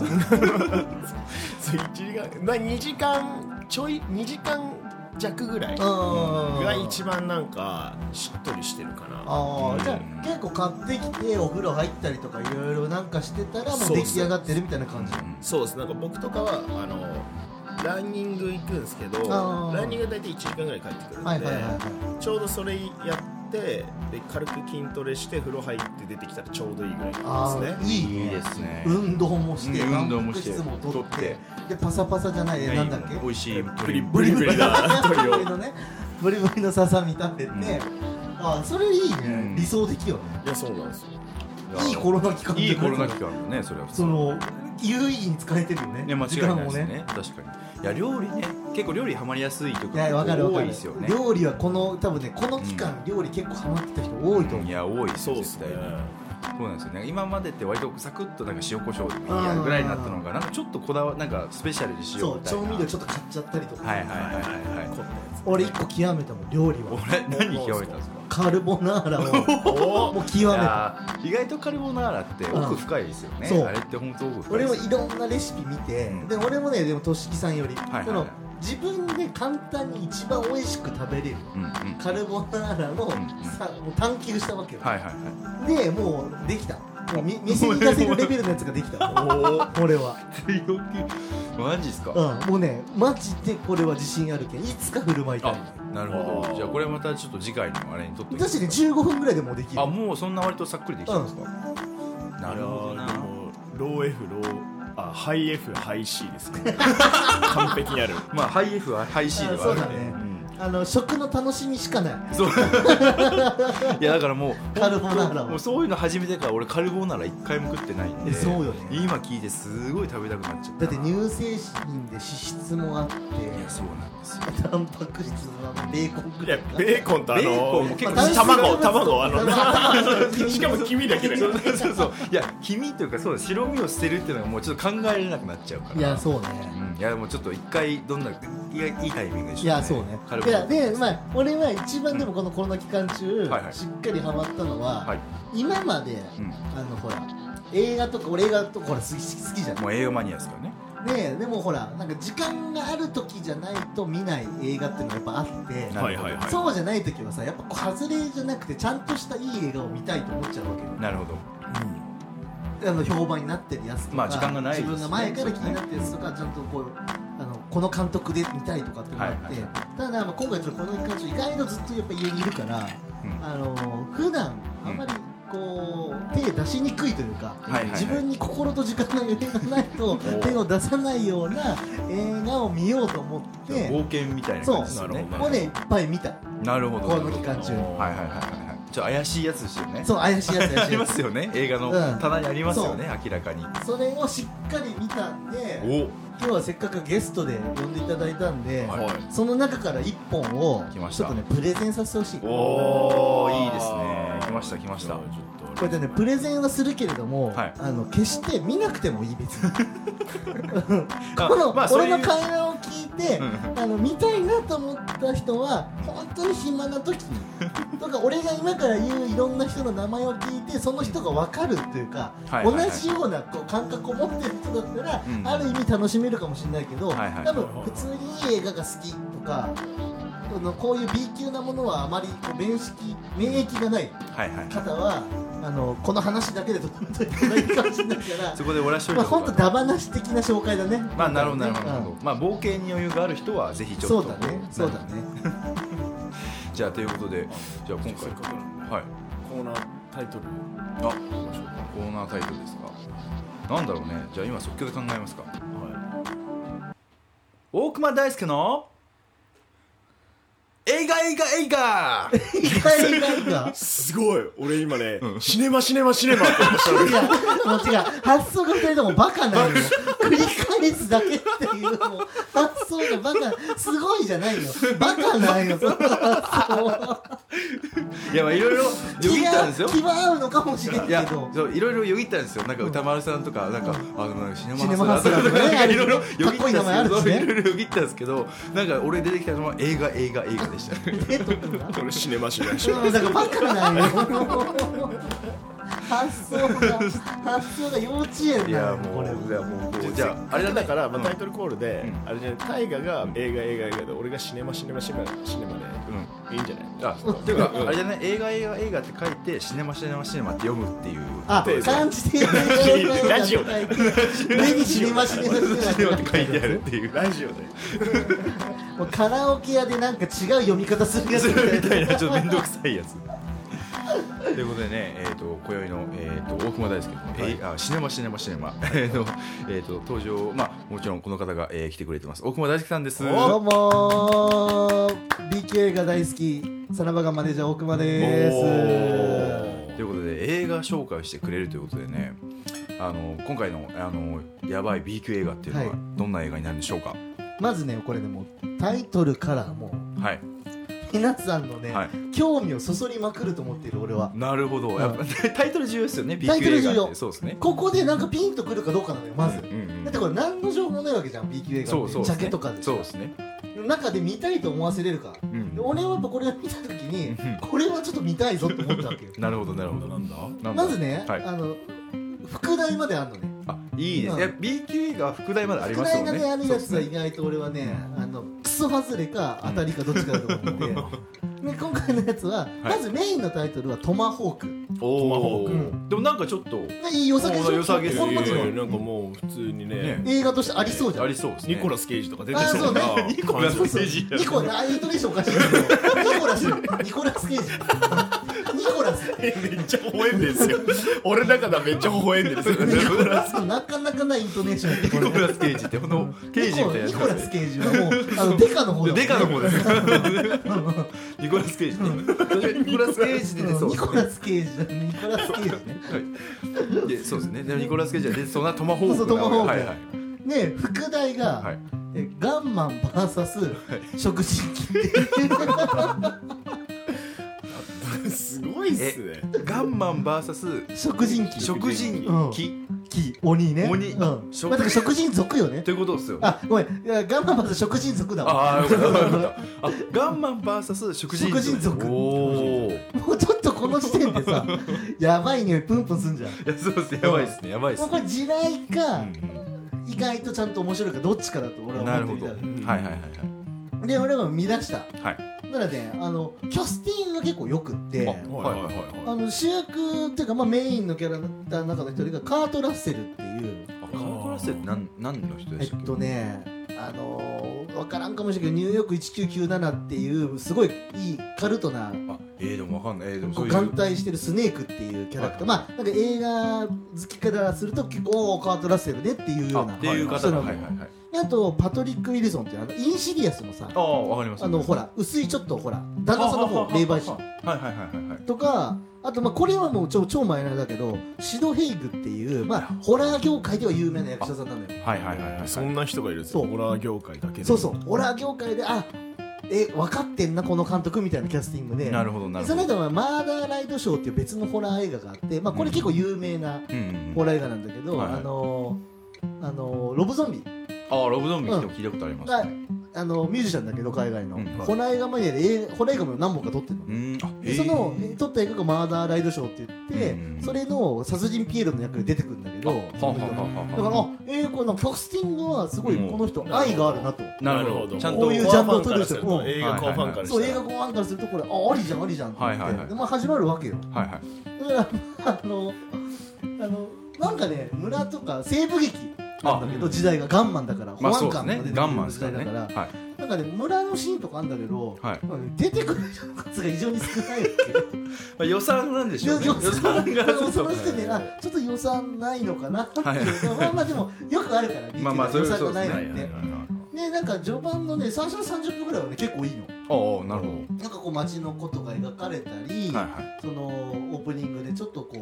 D: そういちじかんまあにじかんちょいにじかん弱ぐらい
F: あ
D: が一番なんかしっとりしてるかな。
F: あーじゃあ結構買ってきてお風呂入ったりとかいろいろなんかしてたらもう出来上がってるみたいな感じ。
D: そうです。なんか僕とかはあのランニング行くんですけど、
F: あー
D: ランニング大体いちじかんぐらい帰ってくるんで、
F: はいはいはいはい
D: ちょうどそれやってで軽く筋トレして風呂入って出てきたらちょうどいいぐらい
F: あ
D: ですね。
F: あいいね
C: いいですね。
F: 運動もして
C: うん
F: タン
C: 運動もして
F: パク質も取っ
C: 取って
F: てでパサパサじゃないえなんだっけ
C: 美味しい
D: ブ
C: 鳥
D: リブリブリな
F: ブリ
D: 鳥を
F: ブリのねブリブリのささみ食べて、ああそれいいね、
C: うん
F: 理想的よね。
D: いやそうなんですよ。
F: いいコロナ期間
C: いいコロナ期間だねそれは。
F: その有意義に使えてるよね。
C: ね間違い
F: 時間を
C: ないですね。確かに。いや料理ね結構料理ハマりやすいと
F: いやわかるわかる
C: 多いですよね。
F: 料理はこの多分ねこの期間、料理結構ハマってた人多いと思う。
C: いや多いですよ
D: そうですね。
C: 絶対に。そうなんですよね。今までって割とサクッとなんか塩コショウでもいいやぐらいになったのがなんかちょっとこだわなんかスペシャルにしよ
F: そうう
C: みたいな。
F: 調味料ちょっと買っちゃったりとか、
C: はいはいはいはいはい。
F: 俺一個極めたもん料理は
C: 俺何極めたんですか。
F: カルボナーラをもう極め
C: い
F: た。
C: やー意外とカルボナーラって奥深いですよね。
F: そう
C: あれって本当奥深い
F: 俺も
C: です。
F: いろんなレシピ見て、
C: うん
F: で俺もねでもとしきさんより、
C: はいはいはい
F: その自分で簡単に一番美味しく食べれる
C: うんうん。
F: カルボナーラの、
C: ん
F: さもう探求したわけよ、
C: はいはいはい。
F: でもうできたもうみ店に出せるレベルのやつができた俺は
C: 強気マジっすか。
F: うんもうねマジでこれは自信あるけんいつか振る舞いたい
C: あなるほど。じゃあこれまたちょっと次回のあれにとっておきます
F: 確かにじゅうごふんぐらいでもうできる
C: あもうそんな割とさっくりできたんですか。なるほどな。
D: でもロー F ローあハイ F ハイ C ですね。完璧にある。
C: まあハイ F はハイ C ではあるんで。
F: そうだねあの食の楽しみしかない
C: そういやだからもう
F: カルボナーラ
C: もう
F: を
C: そういうの始めてから俺カルボナーラ一回も食ってないんで
F: えそうよね
C: 今聞いてすごい食べたくなっちゃった
F: だって乳製品で脂質もあって
C: いやそうなんですよ。
F: タンパク質もベーコンぐ
D: いや
F: らいか
D: ベーコンとあ
C: ベーコン
D: の
C: も結構
F: まあ
D: 卵
F: 炭水化
D: 卵あ
F: 物と
D: のしかも黄身だけで
C: そうそうそうそういや黄身というかそうだ白身を捨てるっていうのがもうちょっと考えられなくなっちゃうから
F: いやそうね
C: うん、いやもうちょっと一回どんないやいいタイミングでしょ
F: いやそうねい
C: カルボナーラ
F: やでまあ俺は一番でもこのコロナ期間中、
C: はいはい
F: しっかりハマったのは、
C: はい
F: 今まで、
C: うん
F: あのほら映画とか俺映画とかほら好き好きじゃん
C: もう栄養マニアですからね。
F: ねでもほらなんか時間がある時じゃないと見ない映画っていうのがやっぱあって、
C: な
D: はいはいはい。
F: そうじゃない時はさやっぱこう外れじゃなくてちゃんとしたいい映画を見たいと思っちゃうわけよ
C: なるほど。
F: あの評判になってるやつとか、
C: まあ時間がないですね
F: 自分が前から気になってるやつとか、ちゃんとこうあのこの監督で見たいとかってなって、
C: はいはい
F: ただ、まあ、今回ちょっとこの期間中意外とずっとやっぱ家にいるから、
C: うん
F: あの普段あんまりこう手出しにくいというか、
C: はいはいはい
F: 自分に心と時間の余裕がないと手を出さないような映画を見ようと思って
C: 冒険みたいな感じですよね。
D: そうなるほど
F: もうねいっぱい見た
C: なるほど。
F: この期間中に
C: はいはいはいはい。ちょっと怪しいやつですよね。
F: そう怪しいやつ怪
C: あり
F: しいやつ
C: ますよね。映画の
F: うん
C: 棚にありますよね。明らかに。
F: それをしっかり見たんで
C: お
F: 今日はせっかくゲストで呼んでいただいたんで、
C: はい
F: その中から一本を
C: 来ました
F: ちょっとねプレゼンさせてほしい。こ
C: おーいいですね。来ました来ました。
F: れでねプレゼンはするけれども、
C: はい
F: あの決して見なくてもいい別に。
C: あ
F: この、
C: まあそういう
F: 俺の会話を聞いて、
C: う
F: あの見たいなと思った人は本当に暇な時にとか俺が今から言ういろんな人の名前を聞いてその人が分かるっていうか、
C: はいはいはい
F: 同じようなこう感覚を持ってる人だったら、
C: うん
F: ある意味楽しめるかもしれないけど、
C: はいはい
F: 多分普通にいい映画が好きとかこのこういう B 級なものはあまりこう免疫免疫がない
C: はいはい。
F: 方はあのこの話だけでとてもといただいいかもしれないから
C: そこで終わらしとい
F: まあ
C: た方が
F: 本当ダバなし的な紹介だね。
C: まあなるほどなるほどなる
F: うん
C: ほど。まあ冒険に余裕がある人はぜひちょっと。
F: そうだねそうだね。
C: じゃあということでじゃあ今回
D: せっかくなんで
C: はい。
D: コーナータイトル
C: あコーナータイトルですか。なんだろうね。じゃあ今即興で考えますか。
D: は
C: 大熊大輔の映画映画映画
F: 意外意外が
D: いすごい俺今ねシネマシネマシネマって言いました
F: いやもう違う発想がふたりともバカなのよ繰り返レスだけっていうもう発想がバカすごいじゃないよバカなんよその発想
C: いやまあいろいろよぎったんですよ。
F: 気は合うのかもしれん
C: いや
F: けど
C: そういろいろよぎったんですよ。なんか歌丸さんとかなんかあのなんかシネ
F: シネマハスラーとかね
C: いろいろよぎ
F: かっこいい名前あるしね
C: いろいろよぎったんですけど、なんか俺出てきたのは映画映画映画でした。
F: えっと
D: これシネマシネマシネマ
F: うんだからバカなんよ発想が発想が幼稚園
C: いや
F: なの
C: もう
F: これ
C: いやもうこうじゃああれだね
D: だから、まあ、タイトルコールで、あれじゃない大河が映画映画映画で俺がシネマシネマシネマシネマでいいんじゃない？
C: あっていうかあれじゃない映画映画映画って書いてシネマシネマシネマって読むっていう。
F: あ漢字で
D: ラジオだ
F: 上にシネマシネマシネマって
C: シネマって書いてあるっていう。
D: ラジオで
F: もうカラオケ屋でなんか違う読み方するやつみたい
C: みたいなちょっと面倒くさいやつ。ということでね、えー、と今宵の、えー、と大熊大輔の、えーあシネマシネマシネマえーとえーと登場、まあ、もちろんこの方が、えー来てくれてます。大熊大輔さんです。
F: どうもー ビーキュー 映画大好きサナバガンマネージャー大熊です
C: ということで映画紹介をしてくれるということでね、あの今回のあのやばい ビーキュー 映画っていうのは
F: はい
C: どんな映画になるんでしょうか。
F: まずねこれねもうタイトルからもう
C: はい、
F: 皆さんのね、
C: はい
F: 興味をそそりまくると思っている俺は
C: なるほど。やっぱタイトル重要ですよね。 B
F: タイ
C: 級映画っ
F: トル重要
C: てそうですね。
F: ここでなんかピンとくるかどうかなのよまず、
C: うんうんうん
F: だってこれ何の情報もないわけじゃん ビーキュー 映画って
C: そうそうですね
F: ジャケとかで
C: そうですね。
F: 中で見たいと思わせれるか、
C: うん
F: で俺はやっぱこれを見た時に
C: うん
F: これはちょっと見たいぞと思ったわけよ
C: なるほどなるほど。
D: なんだ
C: なんだ
F: まずね、
C: はい、
F: あの副題まであるのね
C: あいいです。
F: うん
C: いや B 級映画副題まであり
F: 副
C: ますよね。
F: 題がねあるやつ
C: そうですね
F: は意外と俺はねあのクソ外れか当たりかどっちかだと思って、で今回のやつは、まずメインのタイトルはトマホーク
C: お
D: トマホー
C: ク
F: うん
C: でもなんかちょっと
F: いい良さげでしょ
C: 良さげです
F: これもちろん
D: なんかもう普通にね
C: ね
F: 映画としてありそうじゃん
C: ありそうですね。
D: ニコラス・ケイジとか出て
F: あそうね
D: な
C: ニコラス
F: そうそう
C: ケイジ
F: ニコライントネーションおかしいけどニコラスニコラスケイジニコラス
D: めっちゃ微笑んでるんですよ俺の中ではめっちゃ微笑んでるんですよ
F: ニコラスなかなかないイントネーションやってこれ
C: ニコラスケイジってこのケイジみたいな
F: ニコラスケイジはもうあのデカの方だもんね
C: デカの方ですニコラスケイジねニコラスケイジで出そう
F: ニコラスケイジだニコラスケイジね
C: はいでそうですね。でもニコラスケイジは出そうなトマホーク
F: そうトマホーク
C: はいはい
F: ね副題が、
C: はい
F: えガンマン ブイエス 食人鬼っていう
D: すごいっすね
C: ガンマン ブイエス
F: 食人鬼
C: 食人
F: うん
C: 鬼
F: 鬼鬼ね
C: 鬼
F: うんまあ
C: 食
F: だから食人族よね
C: ということですよ。
F: あごめんいやガンマン ブイエス 食人族だわ
C: ああよかったよかった。あガンマン ブイエス 食人
F: 食人族
C: おお。い
F: もうちょっとこの時点でさやばい匂いプンプンすんじゃん
C: やそうですね。やばいですね。やばいです
F: もうこれ地雷か、
C: うん
F: 意外とちゃんと面白いかどっちかだと俺は
C: なるほど。
F: 思ってみ
C: はいはいはい
F: たで俺は見出した
C: はい。はい。
F: だからねあのキャスティングが結構よくって
C: あはいはいはい
F: あの主役っていうか、まあ、メインのキャラクターの中の一人がカート・ラッセルっていう
C: あカートラッセルって何何の人
F: え
C: でしたっけ。
F: っとねあのー、分からんかもしれないけどニューヨークせんきゅうひゃくきゅうじゅうななっていうすごいいいカルトな
C: あえーでもわかんない。えーでも
F: こ
C: そうういう。
F: 眼帯してるスネークっていうキャラクター、まあなんか映画好きからすると結構おーカート・ラッセルねっていうような
C: あっていう方
F: 人なの
C: がはいはいはい。
F: あとパトリック・ウィルソンっていうあのインシディアスのさ
C: ああわかります。
F: あのほら薄いちょっとほら旦那さんの方霊媒師
C: はいはいはいはいはい。
F: とかあとまあこれはもう超超マイナーだけどシド・ヘイグっていうまあホラー業界では有名な役者さんなのよ
C: はいはいはいはい。
D: そんな人がいるんですよ
F: そう
D: ホラー業界だけで
F: そうそうホラー業界であえ分かってんなこの監督みたいなキャスティングで
C: なるほどなるほど。
F: その間はマーダーライドショーっていう別のホラー映画があって、まあ、これ結構有名な
C: うんうん
F: ホラー映画なんだけど、
C: はいはい
F: あのーあのーロブゾンビ
C: ああロブゾンビって聞いたことあります
F: が、
C: ね。
F: あのミュージシャンだけど海外の、
C: うん
F: ホラー映画マニアで映ホラー映画も何本か撮ってるの、
C: うんあ
F: でそのえ撮った映画がマーダーライドショーって言って、
C: うん
F: それの殺人ピエロの役で出てくるんだけど、その人が
C: はははは
F: だからあえー、これなんかキャスティングはすごい
C: うん
F: この人愛があるなと、
C: なるほど。ちゃんと
F: こういうジャンルを撮る人
D: コアファンからすると映画コアファンからしたら
F: そう映画コアファンからするとこれあありじゃんありじゃんって言って、
C: はいはいはい
F: でまあ、始まるわけよ
C: はいはい。
F: だからあのあのなんかね村とか西部劇なんだけど時代がガンマンだから、
C: まあ
F: 保
C: そうですね。
F: 安官が出てく
C: ガンマン
F: る
C: ですからね。
F: 時代だから、
C: はい。
F: なんかね村のシーンとかあるんだけど、
C: はい
F: 出てくる人の数が異常に少ないわけ
C: まあ予算なんでしょうね。
F: 予
C: 予算がちょっと
F: その時点であちょっと予算ないのかなっていう、
C: はい
F: まあまあでもよくあるから
C: まあまあそういう
F: 予算
C: そうですね。
F: がないのってねなんか序盤のね最初のさんじゅっぷんぐらいはね結構いいの
C: ああなるほ
F: なんかこう街のことが描かれたり、
C: ど。はいはい。
F: そのオープニングでちょっとこう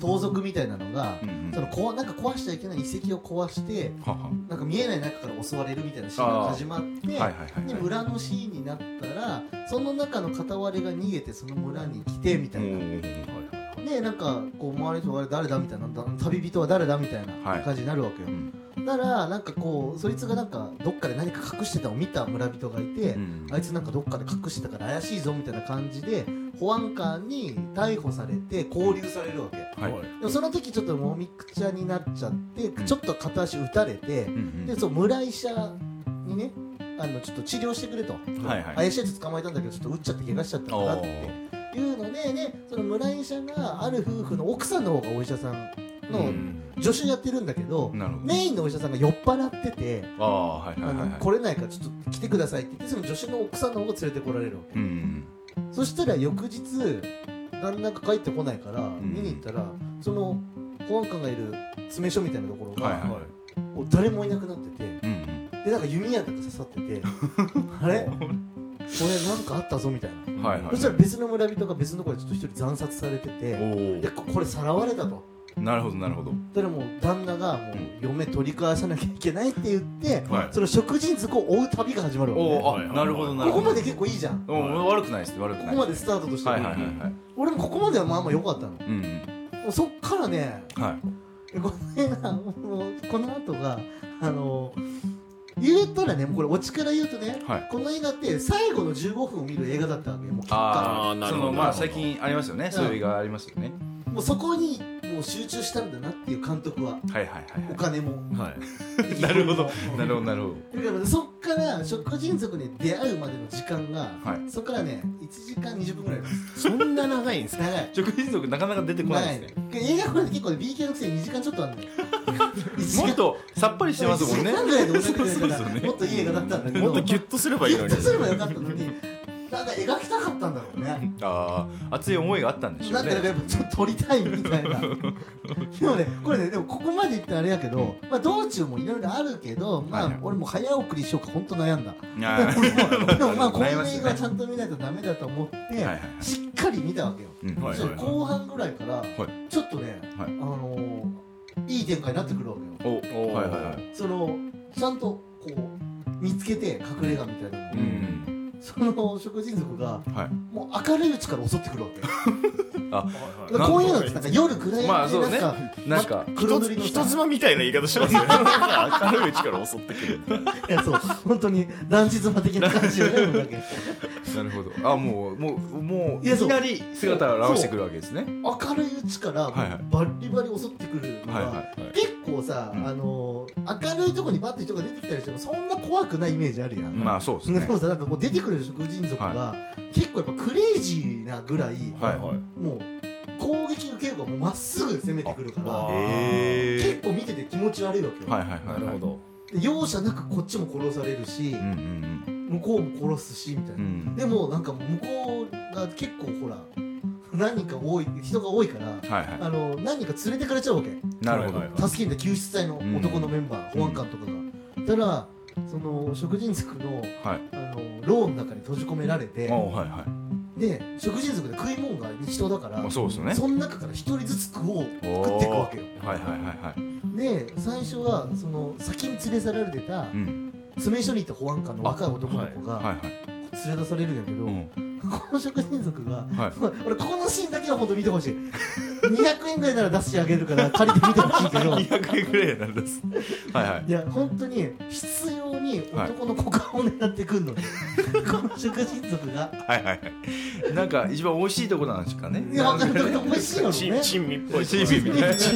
F: 盗賊みたいなのが、
C: うんうん
F: そのこなんか壊しちゃいけない遺跡を壊して
C: はは
F: なんか見えない中から襲われるみたいなシーンが始まって、
C: はいはいはい
F: で村のシーンになったらその中の片割れが逃げてその村に来てみたいな、でなんかこう周りの人が誰だみたいな旅人は誰だみたいな感じになるわけよ、
C: うん
F: だからなんかこうそいつがなんかどっかで何か隠してたのを見た村人がいて、
C: うん
F: あいつなんかどっかで隠してたから怪しいぞみたいな感じで保安官に逮捕されて拘留されるわけ、
C: はい
F: でもその時ちょっともみくちゃになっちゃって、
C: ん
F: ちょっと片足打たれて、
C: うんうん
F: でそう村医者にねあのちょっと治療してくれと、
C: はいはい
F: 怪しいやつ捕まえたんだけどちょっと打っちゃって怪我しちゃったからっていうのでね、その村医者がある夫婦の奥さんの方がお医者さんの助手やってるんだけど、
C: なるほど
F: メインのお医者さんが酔っ払ってて、
C: ああはいはい
F: あの
C: はいはい
F: 来れないからちょっと来てくださいって言ってその助手の奥さんの方が連れてこられるわけ、
C: うん
F: そしたら翌日旦那が帰ってこないから
C: ん
F: 見に行ったら、その保安官がいる詰め所みたいなところが、
C: はいはい
F: もう誰もいなくなってて、
C: うんうん
F: でなんか弓矢とか刺さっててあれこれなんかあったぞみたいな、
C: はいはい
F: そしたら別の村人が別のところでちょっと一人惨殺されてて、
C: お
F: でここれさらわれたと。
C: おなるほどなるほど
F: だからもう旦那がもう嫁取り返さなきゃいけないって言って、
C: はい
F: その食人族を追う旅が始まるわけ、ね、
C: おおあなるほどなるほど
F: ここまで結構いいじゃん、こ
C: お悪くないです悪くない
F: こまでスタートとしては、
C: はいはいはいはい
F: 俺もここまではまあまあ良かったの。
C: うんうん
F: もうそっからね
C: はい
F: これがもうこの後があの言ったらねもうこれオチから言うとね、
C: はい
F: この映画って最後のじゅうごふんを見る映画だったわけよ。もう結果
C: ああそ
D: あーなるほど
C: のまあ最近ありますよねそういう映画ありますよね
F: もうそこにもう集中したんだなっていう監督は、
C: はいはいはい
F: お金も
D: はい
C: なるほど
F: うん
C: なるほどなるほど
F: だからそっから食人族に出会うまでの時間が、
C: はい
F: そっからねいちじかんにじゅっぷんぐらいです
D: そんな長いんですか
F: 長い
C: 食人族なかなか出てこないですね
F: 長い映画これ結構ね ビーケー のくせににじかんちょっとあるんだよいちじかん
C: もっとさっぱりしてますもんね
F: いちじかんぐらいで収めてくれたら
C: そうですよね
F: もっといい映画だったんだけど
D: もっとギュッとすればいいのに
F: ギュッとすればよかったのになんか描きたかったんだろうね
C: ああ熱い思いがあったんでしょうんね
F: なかやっぱちょっと撮りたいみたいなでもねこれねでもここまでいってあれやけど、まあ、道中もいろいろあるけど、まあ
C: はいはい
F: 俺も早送りしようか本当悩んだ
C: あー
F: でもまあこういう映画は
C: 悩みますよね
F: ちゃんと見ないとダメだと思って、
C: はいはいはい
F: しっかり見たわけよ、
C: うん
D: はい
F: そしたら後半ぐらいから、
C: はい
F: ちょっとね、
C: はい
F: あのー、いい展開になってくるわけよ
C: おはいはいはい
F: そのちゃんとこう見つけて隠れ家みたいなのを、
C: うん
F: その食人族が
C: はい
F: もう明るいうちから襲ってくるわけ
C: あ
F: だからこういうのってなんか夜暗闇
C: まあそうね
F: でなんか、
C: なんか
F: 黒塗りのさ
D: 人妻みたいな言い方しますね明るいうちから襲ってくる
F: いやそう本当に団地妻的な感じよねだけ
C: なるほどあもうもうもう
F: いやそう
C: いきなり姿を現してくるわけですね
F: 明るいうちからもう
C: はいはい
F: バリバリ襲ってくるのが、
C: はいはい
F: 結構さ、
C: うん
F: あのー、明るいとこにバッと人が出てきたりしてもそんな怖くないイメージあるやん、
C: まあそうですね
F: でもさなんかこう出てくる食人族が、結構やっぱクレイジーなぐらい、
C: はい
D: はい
F: もう攻撃の傾向がもうまっすぐ攻めてくるから
D: あ
C: へ
F: 結構見てて気持ち悪いわけよ、
C: はいはいはい
D: なるほど
F: で容赦なくこっちも殺されるし
C: うん、うん
F: 向こうも殺すしみたいな、
C: うんうん
F: でもなんか向こうが結構ほら何人か多い人が多いから、
C: はいは
F: あの何人か連れてかれちゃうわけ
C: いなるほど
D: はいはい
F: 助けに行った救出隊の男のメンバー、
C: うん
F: 保安官とかが、たらその食人族の
C: はい
F: あの牢の中に閉じ込められて、
C: おはいはい
F: で食人族で食い物が人だから、
C: まあそうですよね
F: その中から一人ずつ食おう食っていくわけよ
C: はいはいはいはい
F: で最初はその先に連れ去られてた
C: うん
F: 詰め所にいた保安官の若い男の子が
C: はいはい
F: 連れ出されるんやけど、
C: うん
F: この食人族が、
C: はい
F: 俺ここのシーンだけは本当見てほしいにひゃくえんぐらいなら出してあげるから借りてみてほしいけど
C: にひゃくえんぐらいなんですはいはい
F: いや本当に必要に男の股間を狙ってくんの、ねこの食人族が
C: はいはいはいなんか一番美味しいとこなんですかね
F: いや分かるけど美味しいの
D: チ
F: ね
D: ンチンミっぽい
C: チンミみたいな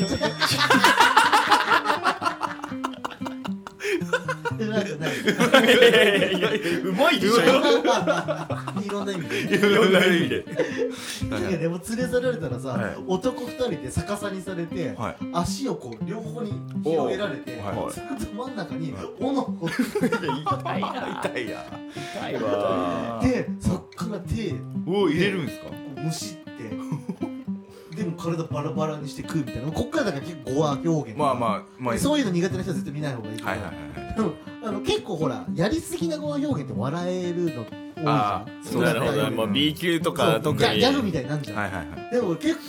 F: うまくない
D: うまいでしょ
F: いろんな意味でね
C: いろんな意味で
F: いやでも連れ去られたらさ、
C: はい
F: 男二人で逆さにされて、
C: はい
F: 足をこう両方に広げられて、
C: おうはい
F: その真ん中に斧を
C: 痛いな痛いや
D: 痛いわ
F: でそっから手
C: お入れるんですか
F: むしってでも体バラバラにして食うみたいなこっからだから結構語話表現
C: まあまあまあ
F: そういうの苦手な人は絶対見ない方がいいけど、
C: はいはいはい
F: でもあの結構ほらやりすぎな語話表現って笑えるの多いじゃん
C: あーそう
D: なるほど、まあ、B 級とか
F: そう
D: 特に
F: ギャギャグみたいになるじゃん、
C: はいはいはい
F: でも俺結構ね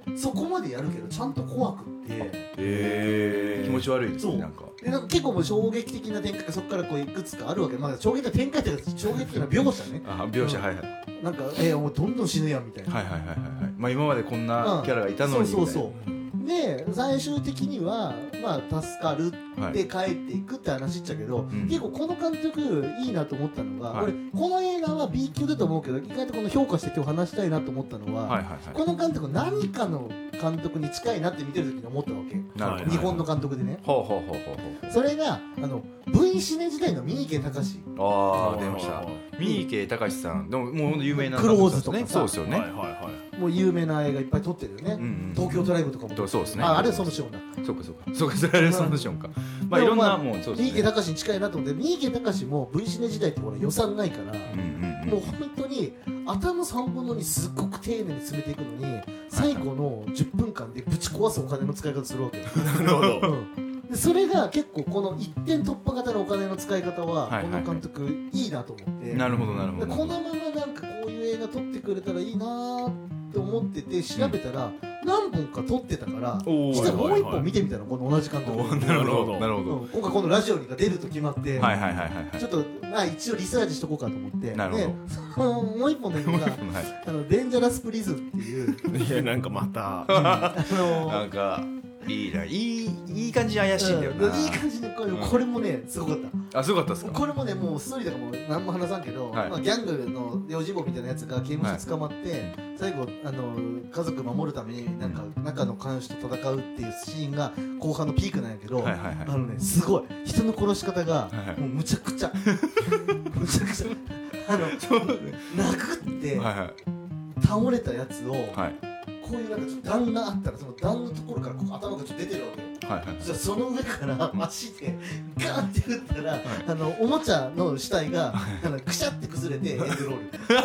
F: そこまでやるけどちゃんと怖くって、
C: えー、気持ち悪いですね。
F: そう
C: なんか
F: でなんか結構もう衝撃的な展開がそこからこういくつかあるわけ、まあ、衝撃的な展開っていうか衝撃的な描写ね
C: あ描写、はいはい
F: なんかえー、もうどんどん死ぬやんみたいな、
C: はいはいはいはいはい、まあ今までこんなキャラがいたのにみたいな、
F: そうそうそうで最終的にはまあ助かるって帰っていくって話っちゃけど、はい、結構この監督いいなと思ったのが、はい、俺この映画は B 級だと思うけど意外とこの評価して今日話したいなと思ったのは、はいはいはい、この監督何かの監督に近いなって見てる時に思ったわけ。なるほど。日本の監督でね。ほうほうほうほうほう。それがあの V シネ時代の三池隆。
C: ああ出ました。三池隆さんでももう有名な
F: クローズとかさ、
C: そうですよね。
F: はいはいはい。もう有名な映画いっぱい撮ってるよね。うんうん、東京ドライブとかも。
C: そうですね。
F: ああれそのショーだ。
C: そうかそうか。そうかそれあれそのショーか。まあいろんなもうそうですね。
F: 三池隆に近いなと思って三池隆も V シネ時代ってほら予算ないから、うんうん、もう本当に頭さんぶんのにすっごく丁寧に詰めていくのに最後のじゅっぷんかんでぶち壊すお金の使い方するわけよ。
D: なるほど。
F: うんでそれが結構この一点突破型のお金の使い方はこの監督いいなと思って、
C: なるほどなるほど。
F: このままなんかこういう映画撮ってくれたらいいなと思ってて調べたら何本か撮ってたからしたらもう一本見てみたのこの同じ監督。
C: なるほどなるほど。
F: 今回このラジオに出ると決まって
C: はいはいはいはい。
F: ちょっとまあ一応リサーチしとこうかと思って。
C: なるほど。
F: でそのもう一本の映画があのデンジャラスプリズンっていう
D: いやなんかまた
C: あのなんかいいな、いいいい感じに怪しいんだよな、
F: うん、いい感じでこれ、うん、これもねすごかった。
C: あすごかったですか。
F: これもねもうストーリーとかも何も話さんけど、はいまあ、ギャングの領事坊みたいなやつが刑務所捕まって、はい、最後あの家族守るためになんか中の看守と戦うっていうシーンが後半のピークなんやけど、はいはいはい、あのねすごい人の殺し方が、はいはい、もうむちゃくちゃむちゃくちゃあの殴って、はいはい、倒れたやつを、はいこういうなんかちょっと段があったらその段のところからこう頭がちょっと出てるわけよ、はいはい、じゃあその上から足でガーって打ったら、はい、あのおもちゃの死体があのくしゃって崩れてエンドロー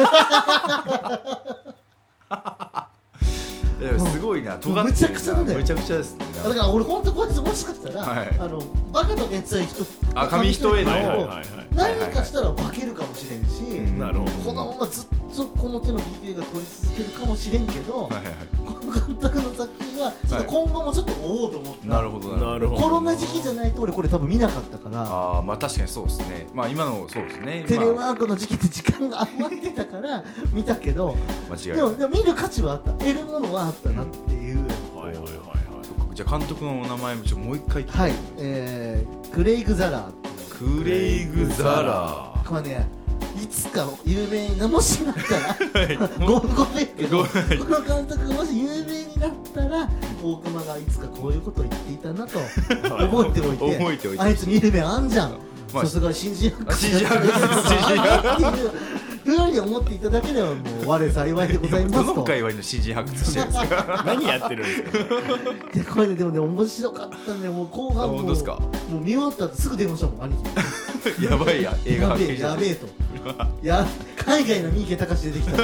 F: ル
C: いやすごいな、尖ってるな、
F: むちゃくちゃなんだよ。
C: むちゃくちゃですね。
F: だから俺本当こいつもしかしたら、はい、あのバカの熱愛人
C: あ紙一重の
F: 何かしたら化けるかもしれんし、うん、なるほどこのままずっとこの手の ビーケー が取り続けるかもしれんけど、はいはいはい、この監督の作品はちょっと今後もちょっと追おうと思った、
C: はい、なるほどなるほど。
F: コロナ時期じゃないと俺これ多分見なかったから。
C: ああまあ確かにそうですね。まあ今のそうですね。
F: テレワークの時期で時間が余ってたから見たけど
C: 間違いない。
F: でもでも見る価値はあった、得るものはあったなっていう、うん、はいはいはいはい。
C: じゃあ監督のお名前もちょっともう一回
F: はい、えー、クレイグ・ザラー。
C: クレイグ・ザラー
F: これねいつか有名になもしなったら、はい、ご, ごめんけどこの監督がもし有名になったら大熊がいつかこういうことを言っていたなと覚えておいて覚えておいてあいつ見る目あんじゃん、まあ、さすが新人発掘っていうふうに思っていただければもう我幸いでございますと。
C: どの界隈の新人発掘してるんですか
D: 何やってるんですか
F: でこれねでもね面白かったんでもう後半ももう見終わった後すぐ電話したもん兄貴
C: やばいや映画
F: 発見やべえとや海外の三池隆出てきた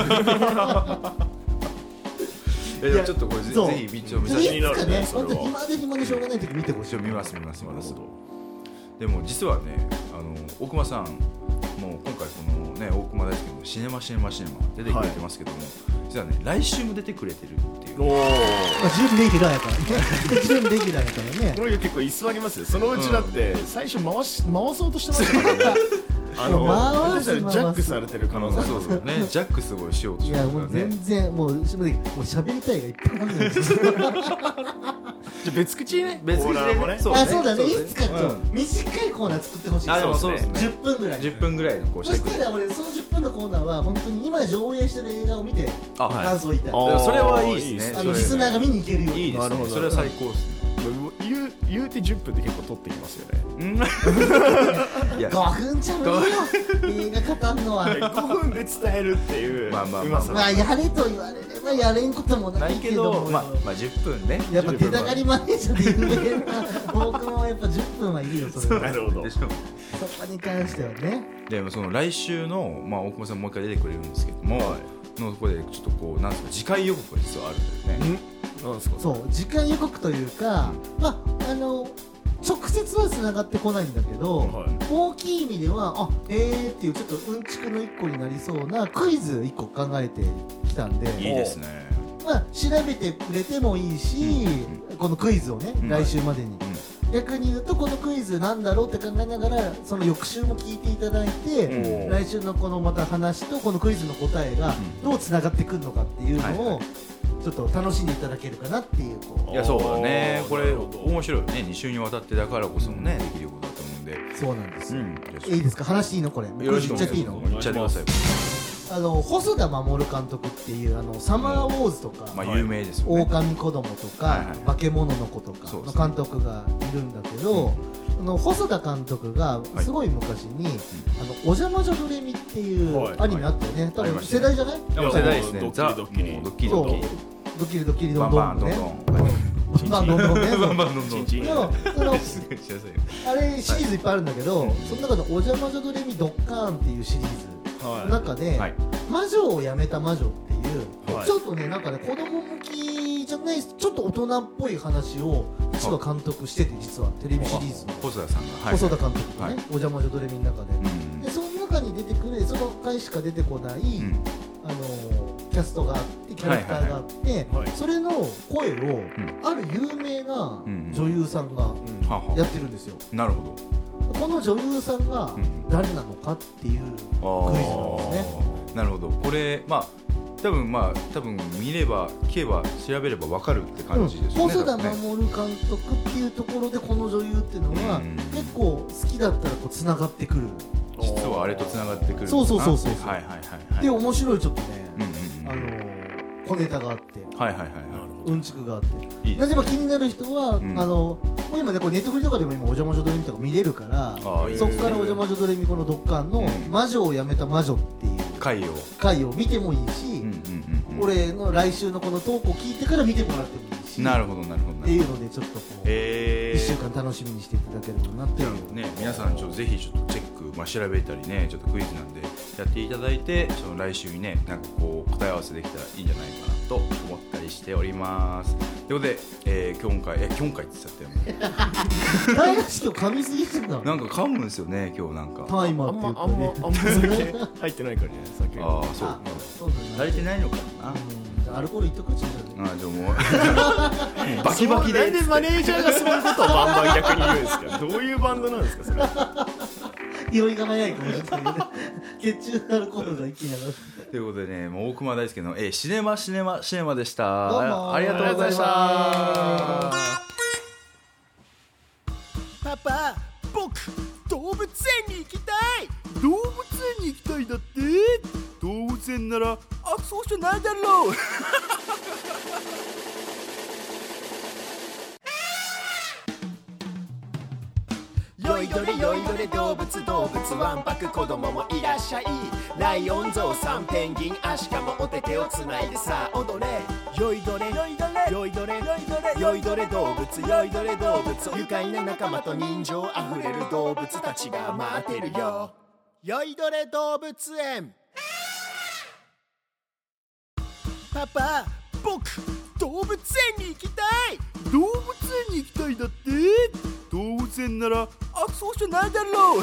C: えでもちょっとこれぜひビッチを見させていただきたい
F: ね。本当暇で暇でしょうがない時見てほしい。
C: 見ます見ます見ます。でも実はねあの大熊さんもう今回このね大熊大輔のシネマシネマシネマ出てくれてますけども、はい、実はね来週も出てくれてるっていう。おお。
F: 準レギュラーやからね。準レギュラーやからね。
D: これ結構居座りますよ。そのうちだって最初回し回そうとしてましたからね。あの回すジャックされてる可能性
C: そうですよね。ジャックすごいしようとしてるからね。
F: いやもう全然もうもう喋りたいがいっぱいあるんですよ。
D: じゃ別口ね。
C: 別口でね。
F: あそうだね。いつか短いコーナー作ってほしい。
C: あでもそうですね。
F: じゅっぷんぐらい。
C: じゅっぷんぐらいのこう
F: そしたら俺そのじゅっぷんのコーナーは本当に今上映してる映画を見て感想を言いたい。
C: それはいいですね。
F: あのリスナーが見に行けるように。
C: いいですね。それは最高ですね。
D: 言う言うてじゅっぷんで結構撮ってきますよね。
F: ごふんじゃ無理よ映画語るのは
D: ごふんで伝えるっていう
C: まあまあまあ
F: まあやれと言われればやれんこともないけど
C: まあまあじゅっぷんね
F: やっぱ手たがりマネージャーで有名な僕もやっぱじゅっぷんはいるよそれは。
D: なるほど。
F: そこに関してはね。
C: でもその来週のまあ大熊さんもう一回出てくれるんですけどものところでちょっとこうなんですか次回予告が実はあるんだよね。
F: なんですか。そう次回予告というかまああの直接は繋がってこないんだけど、はい、大きい意味ではあえーっていうちょっとうんちくの一個になりそうなクイズ一個考えてきたんで
C: いいですね。
F: まあ調べてくれてもいいし、このクイズをね、
C: うん
F: 来週までに、
C: うん
F: 逆に言うとこのクイズなんだろうって考えながらその翌週も聞いていただいて、
D: うん
F: 来週のこのまた話とこのクイズの答えがどうつながってくるのかっていうの
C: はいは
F: をちょっと楽しんでいただけるかなっていうこ
C: いやそうだねこれ
D: なるほど
C: 面白いねに週にわたってだからこそのねできることだと思うんで
F: うそうなんですよ、
C: うん
F: いいですか話していいのこれ
C: よろしくお
F: 言っちゃっていいの
C: 願いします言っちゃってください
F: あの細田守監督っていうあのサマーウォーズとか、
C: まあ有名ですよね
F: 狼子供とか、
C: はいはい
F: 化け物の子とかの
C: そうですね
F: 監督がいるんだけど、あの細田監督が
C: はい
F: すごい昔に「あのお邪魔女ドレミ」っていう
D: はい
F: アニメあったよね、多分
C: ありましたね
F: 世代じゃない？
C: でも世代ですね
D: ドッキ
C: ザ
D: リドッキリ
C: もうドッキリ
F: そう
C: ドッキリ
F: ドッキリドッキリど
C: バン
F: んどんね
C: バンどんどん
F: バンどんどんね
C: バンバンどんどん
D: チンチン
F: でもその
C: しなさいよ
F: あれシリーズいっぱいあるんだけど、その中で「お邪魔女ドレミドッカーン」っていうシリーズの中で、
C: はい
F: 魔女を辞めた魔女っていう、
D: はい
F: ちょっとねなんかね子供向きじゃないちょっと大人っぽい話を一話監督してて、実はテレビシリーズの
C: 細田さんがはい
F: 細田監督のね、
C: はい
F: お邪魔女ドレミの中で、
C: うん
F: でその中に出てくるその回しか出てこない、
C: うん
F: あのキャストがあってキャラクターがあって、
D: はいはい
F: それの声を、
C: ん
F: ある有名な
C: うん
F: 女優さんが
C: はは
F: やってるんですよ。
C: なるほ
F: この女優さんが
C: うん
F: 誰なのかっていう
C: ど
F: クイズなんですね。
C: なるほどこれまあ多分まあ多分見れば聞けば調べれば分かるって感じですよね
F: 細田
C: 多分ね
F: 守監督っていうところでこの女優っていうのは、
C: うん
F: 結構好きだったらこうつながってくる
C: 実はあれとつながってくるのかな
F: そうそうそうそうそう
C: はいはいはいはい
F: で面白いちょっとね、
C: うんうんうん
F: あの小ネタがあって
C: はいはいはいはい
F: うんちくがあって
C: いいです
F: 例えば気になる人は、
C: ん
F: あのもう今ねこうネットフリとかでも今お邪魔女ドレミとか見れるから
C: あーいいですね
F: そこからお邪魔女ドレミこのドッカンの
C: うん
F: 魔女を辞めた魔女っていう
C: 回を
F: 回を見てもいいし、
C: うんうんうんうん
F: 俺の来週のこのトークを聞いてから見てもらってもいいし
C: なるほどなるほど
F: っていうのでちょっとこう、
C: えー
F: いっしゅうかん楽しみにしていただければなっていう
C: ね、皆さんちょっとぜひちょっとチェック、まあ、調べたりねちょっとクイズなんでやっていただいてその来週にねなんかこう答え合わせできたらいいんじゃないかなと思ったりしておりますということで、えー、今回え今回って言っちゃったよ
F: 大好きと噛みすぎてんだ
C: なんか噛むんですよね今日なんか
F: タイマ
D: あんま
F: ーっていうか
D: あんまあんま酒入ってないからね酒
C: ああそう
F: あそうだね
C: 慣れてないのかな
F: うんじゃあアルコールいっとくっちゅうじゃん
C: あでもバキバキで
D: なんでマネージャーがそういうことをバンバン逆に言うんですかどういうバンドなんですかそれ
F: 酔いが早いかもしれないけど血中アルコールが一気に上がる
C: ということでねもう大熊大輔の、えー、シネマシネマシネマでした
F: どうも
C: あありがとうございました
D: パパ僕動物園に行きたい動物園に行きたいだって動物園ならあそうじゃないだろうよいどれよいどれ動物動物わんぱく子供もいらっしゃいライオンゾウさんペンギンアシカもお手手をつないでさあ踊れよいどれよいどれよいどれよいどれ動物よいどれ動物愉快な仲間と人情あふれる動物たちが待ってるよよいどれ動物園パパ僕動物園に行きたい動物園に行きたいだって動物園ならあそうじゃないだろう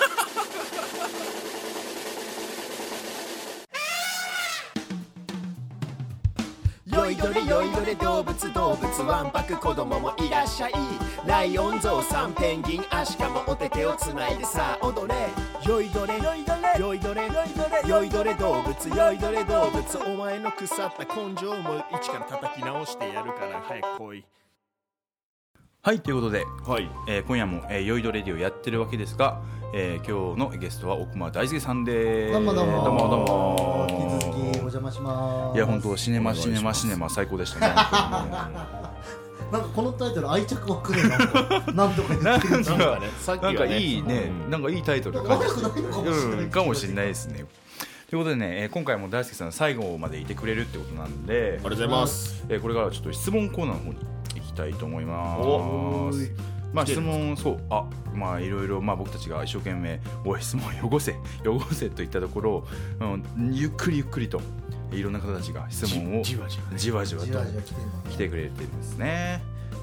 D: よいどれよいどれ動物動物わんぱく子供もいらっしゃいライオンゾウさんペンギンアシカもお手手をつないでさあ踊れよいどれよいどれよいどれよいどれ動物よいどれ動物お前の腐った根性も一から叩き直してやるから早く来い
C: はいということで、
D: はい
C: えー今夜も、えー、よいどレディをやってるわけですが、えー今日のゲストは奥間大輔さんです
F: どうもどうも
C: どうもどうも
F: 引き続きお邪魔します
C: いや本当シネマシネマシネマ最高でしたね
F: なんかこのタイトル愛着湧くねなんかなんとか言ってる
C: なんか
D: ねさっき
C: なんか
D: はね
C: いいね、
D: うん
C: なんかいいタイトル感じ
F: 悪くないのかもしれない
C: うんかもしれないですねということでね、えー今回も大輔さん最後までいてくれるってことなんで、
D: ありがとうございます
C: えーこれからはちょっと質問コーナーの方に行きたいと思いま
D: お
C: すまあ質
D: 来てる
C: 問そうあまあいろいろまあ僕たちが一生懸命おい質問汚せ汚せといったところ、うん、ゆっくりゆっくりといろんな方たちが質問を
D: じじわじわ
C: じわじわと
F: じわじわ来てるの
C: 来てくれてるんですね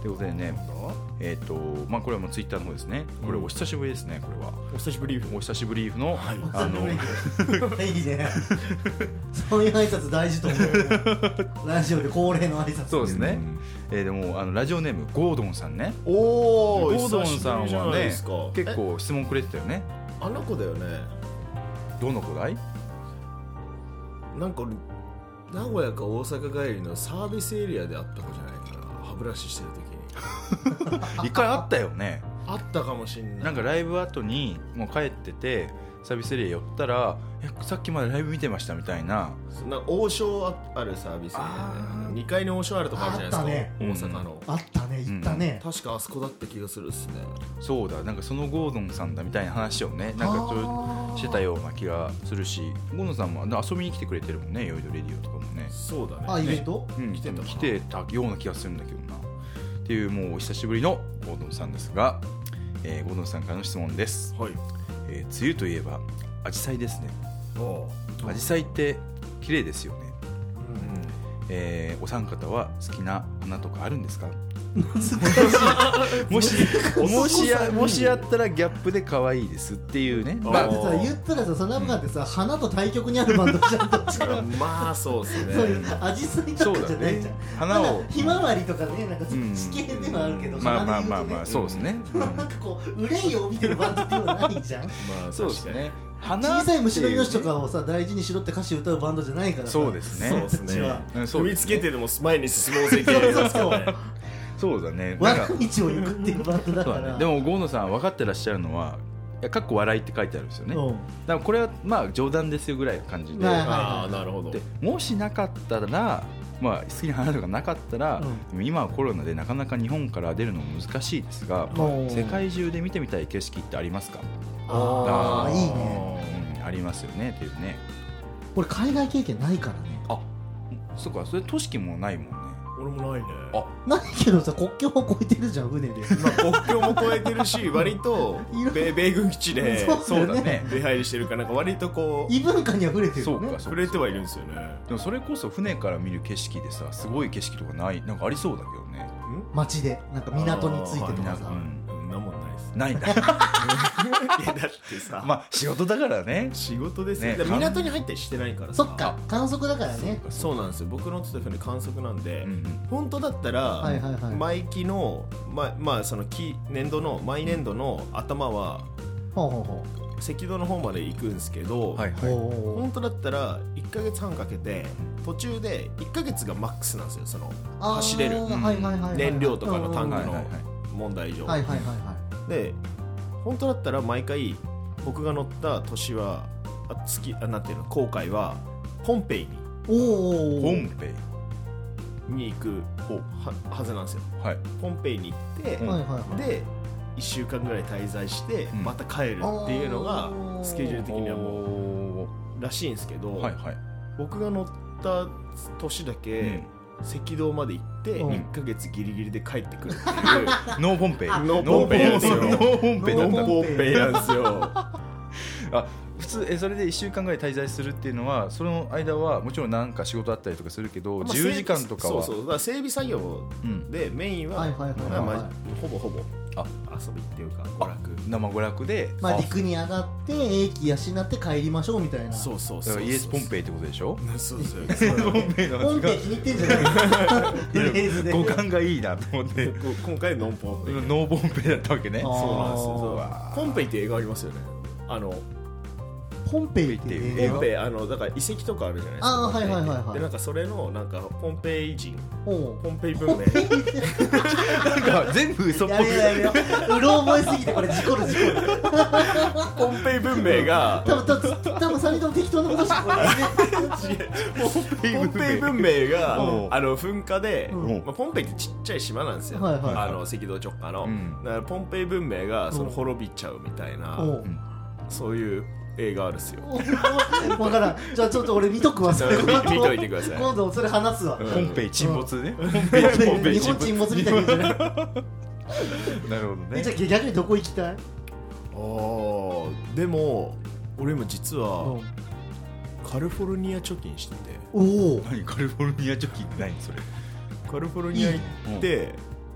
C: ということでね、えっ、ー、とまあこれはもうツイッターの方ですね。これお久しぶりですね。これは
D: お久しぶり
C: お久しぶりの、はい、あの
F: いいね。そういう挨拶大事と思う。ラジオで恒例の挨拶。
C: そうですね。うん、えー、でもあのラジオネームゴードンさんね。
D: おお、
C: ゴードンさんはね結構質問くれてたよね。
D: あの子だよね。
C: どの子だい？
D: なんか名古屋か大阪帰りのサービスエリアで会った子じゃないかな。歯ブラシしてる時
C: に一回会ったよね。
D: あったかもしんない。
C: なんかライブ後にもう帰っててサービスエリア寄ったらえさっきまでライブ見てましたみたいな。
D: なんか王将あるサービスエリアね。にかいに王将あるとかあるじゃないですか、ね、大阪の、
F: うん、あったね行ったね、
D: うん、確かあそこだった気がするっすね。
C: そうだ、なんかそのゴードンさんだみたいな話をねなんかちょっとしてたような気がするし、ゴードンさんも遊びに来てくれてるもんね、ヨイドレディオとかもね。
D: そうだね。
F: あ、イベント、
C: うん、来てた来てたような気がするんだけどなっていう、もうお久しぶりのゴードンさんですが、えー、ゴードンさんからの質問です。
D: はい。
C: えー、梅雨といえばアジサイですね。アジサイって綺麗ですよね。うん、えー、お三方は好きな花とかあるんですか？
F: 難しい
C: もしもしやもしやったらギャップで可愛いですっていうね。
F: まあ言ったらさ、その中でさ、花と対極にあるバンドじゃん。どっちか
D: まあそうですね。
F: そういうアジサイとかじゃないじゃん。
C: 花を
F: ひまわりとかね、なんか地形ではあるけど、
C: まあまあまあまあそうですね。
F: なんかこう憂いを帯びてるバンドっていうのはないじゃん。
C: まあそうですね。
F: 小さい虫の命とかをさ大事にしろって歌詞歌うバンドじゃないからさ。
C: そうですね。
D: そうですね。踏みつけてでも前に進もうぜっていうやつですね。
C: そうだね。
F: 我が道を行くっていうバンドだから。
C: でもゴーノさん分かってらっしゃるのは、いやかっこ笑いって書いてあるんですよね。だからこれはまあ冗談ですよぐらいの感じで。
D: ああなるほど。
C: でもしなかったら。まあ、好きな花とかなかったら、うん、今はコロナでなかなか日本から出るのも難しいですが、世界中で見てみたい景色ってありますか？
F: ああいいね、
C: うん、ありますよねっていうね。
F: 俺海外経験ないからね。
C: あ、そっか、それ都市もないもんね。
D: 俺もないね。
F: あ、ないけどさ、国境も越えてるじゃん、船で。
D: まあ国境も越えてるし、割と米米軍基地で
C: そうだね
D: 出入りしてるから、なんか割とこう
F: 異文化には触れてるよね。
C: そうか、
D: 触れてはいるんですよね。
C: でもそれこそ船から見る景色でさ、すごい景色とかない、なんかありそうだけどね。
F: 街でなんか港についてとかさ、
D: なんもないです。
C: ないんだ。いや
D: だってさ、
C: まあ仕事だからね。
D: 仕事ですね。港に入ったりしてないからさ。
F: そっか、観測だからね。
D: そうなんですよ。僕の乗ってた船観測なんで、本当だったら毎期のままあその期年度の毎年度の頭は赤道の方まで行くんですけど、本当だったらいっかげつはんかけて途中でいっかげつがマックスなんですよ。その走れる燃料とかのタンクの問題上。で本当だったら毎回僕が乗った年はあ月あなんていうの航海はポンペイに
C: おポンペ
D: イに行く は, はずなんですよ、はい、ポンペイに行って、うん、でいっしゅうかんぐらい滞在してまた帰るっていうのがスケジュール的にはもうらしいんですけど、はいはい、僕が乗った年だけ、うん赤道まで行っていっかげつギリギリで帰ってくるっていう
C: ノーポンペイ
D: ノーポンペイなんですよ。
C: ノーポンペイなんだ。
D: ノーポンペイなんですよ。
C: あ、普通えそれでいっしゅうかんぐらい滞在するっていうのはその間はもちろんなんか仕事あったりとかするけど、まあ、じゅうじかんとかは
D: そうそうだから整備作業で、うん、メインはほぼほぼあ遊びっていうか娯楽
C: 生娯楽で、
F: まあ、陸に上がって英気養って帰りましょうみたいな。
D: そうそうそうそう、
C: イエスポンペイってことでしょ。
D: そうそう
F: ポンペイポンペイ気に入ってんじゃないフレーズで
C: 語感がいいなと思って
D: 今回ノンポンペイ
C: ノーポンペイだったわけね。
D: そうなんですよ。ポンペイって映画ありますよね。あの
F: ポンペイっていう
D: ポンペイあのだから遺跡とかあるじゃないですか。
F: あはいはいはいはい。
D: でなんかそれのなんかポンペイ人ポンペイ文明なん
C: か全部嘘っぽく
F: やめよやめようろ覚えすぎてこれ事故る事故る
D: ポンペイ文明が
F: 多分多分多分さんにんとも適当なことしてこ
D: れポンペイ文明があの噴火でまあポンペイってちっちゃい島なんですよ。あの赤道直下のだからポンペイ文明がその滅びちゃうみたいなそういう映画あるっすよ。
F: わからん。じゃあちょっと俺見とくわ。それ
D: 見といてください。
F: 今度それ話すわ。
C: ポンペイ沈没ね。
F: 日本沈没みたいな。なるほ
C: どね。
F: じゃあ逆にどこ行きたい？ああ
D: でも俺今実はカリフォルニア貯金してて。
F: おお。
C: 何カリフォルニア貯金って何それ？
D: カリフォルニア行って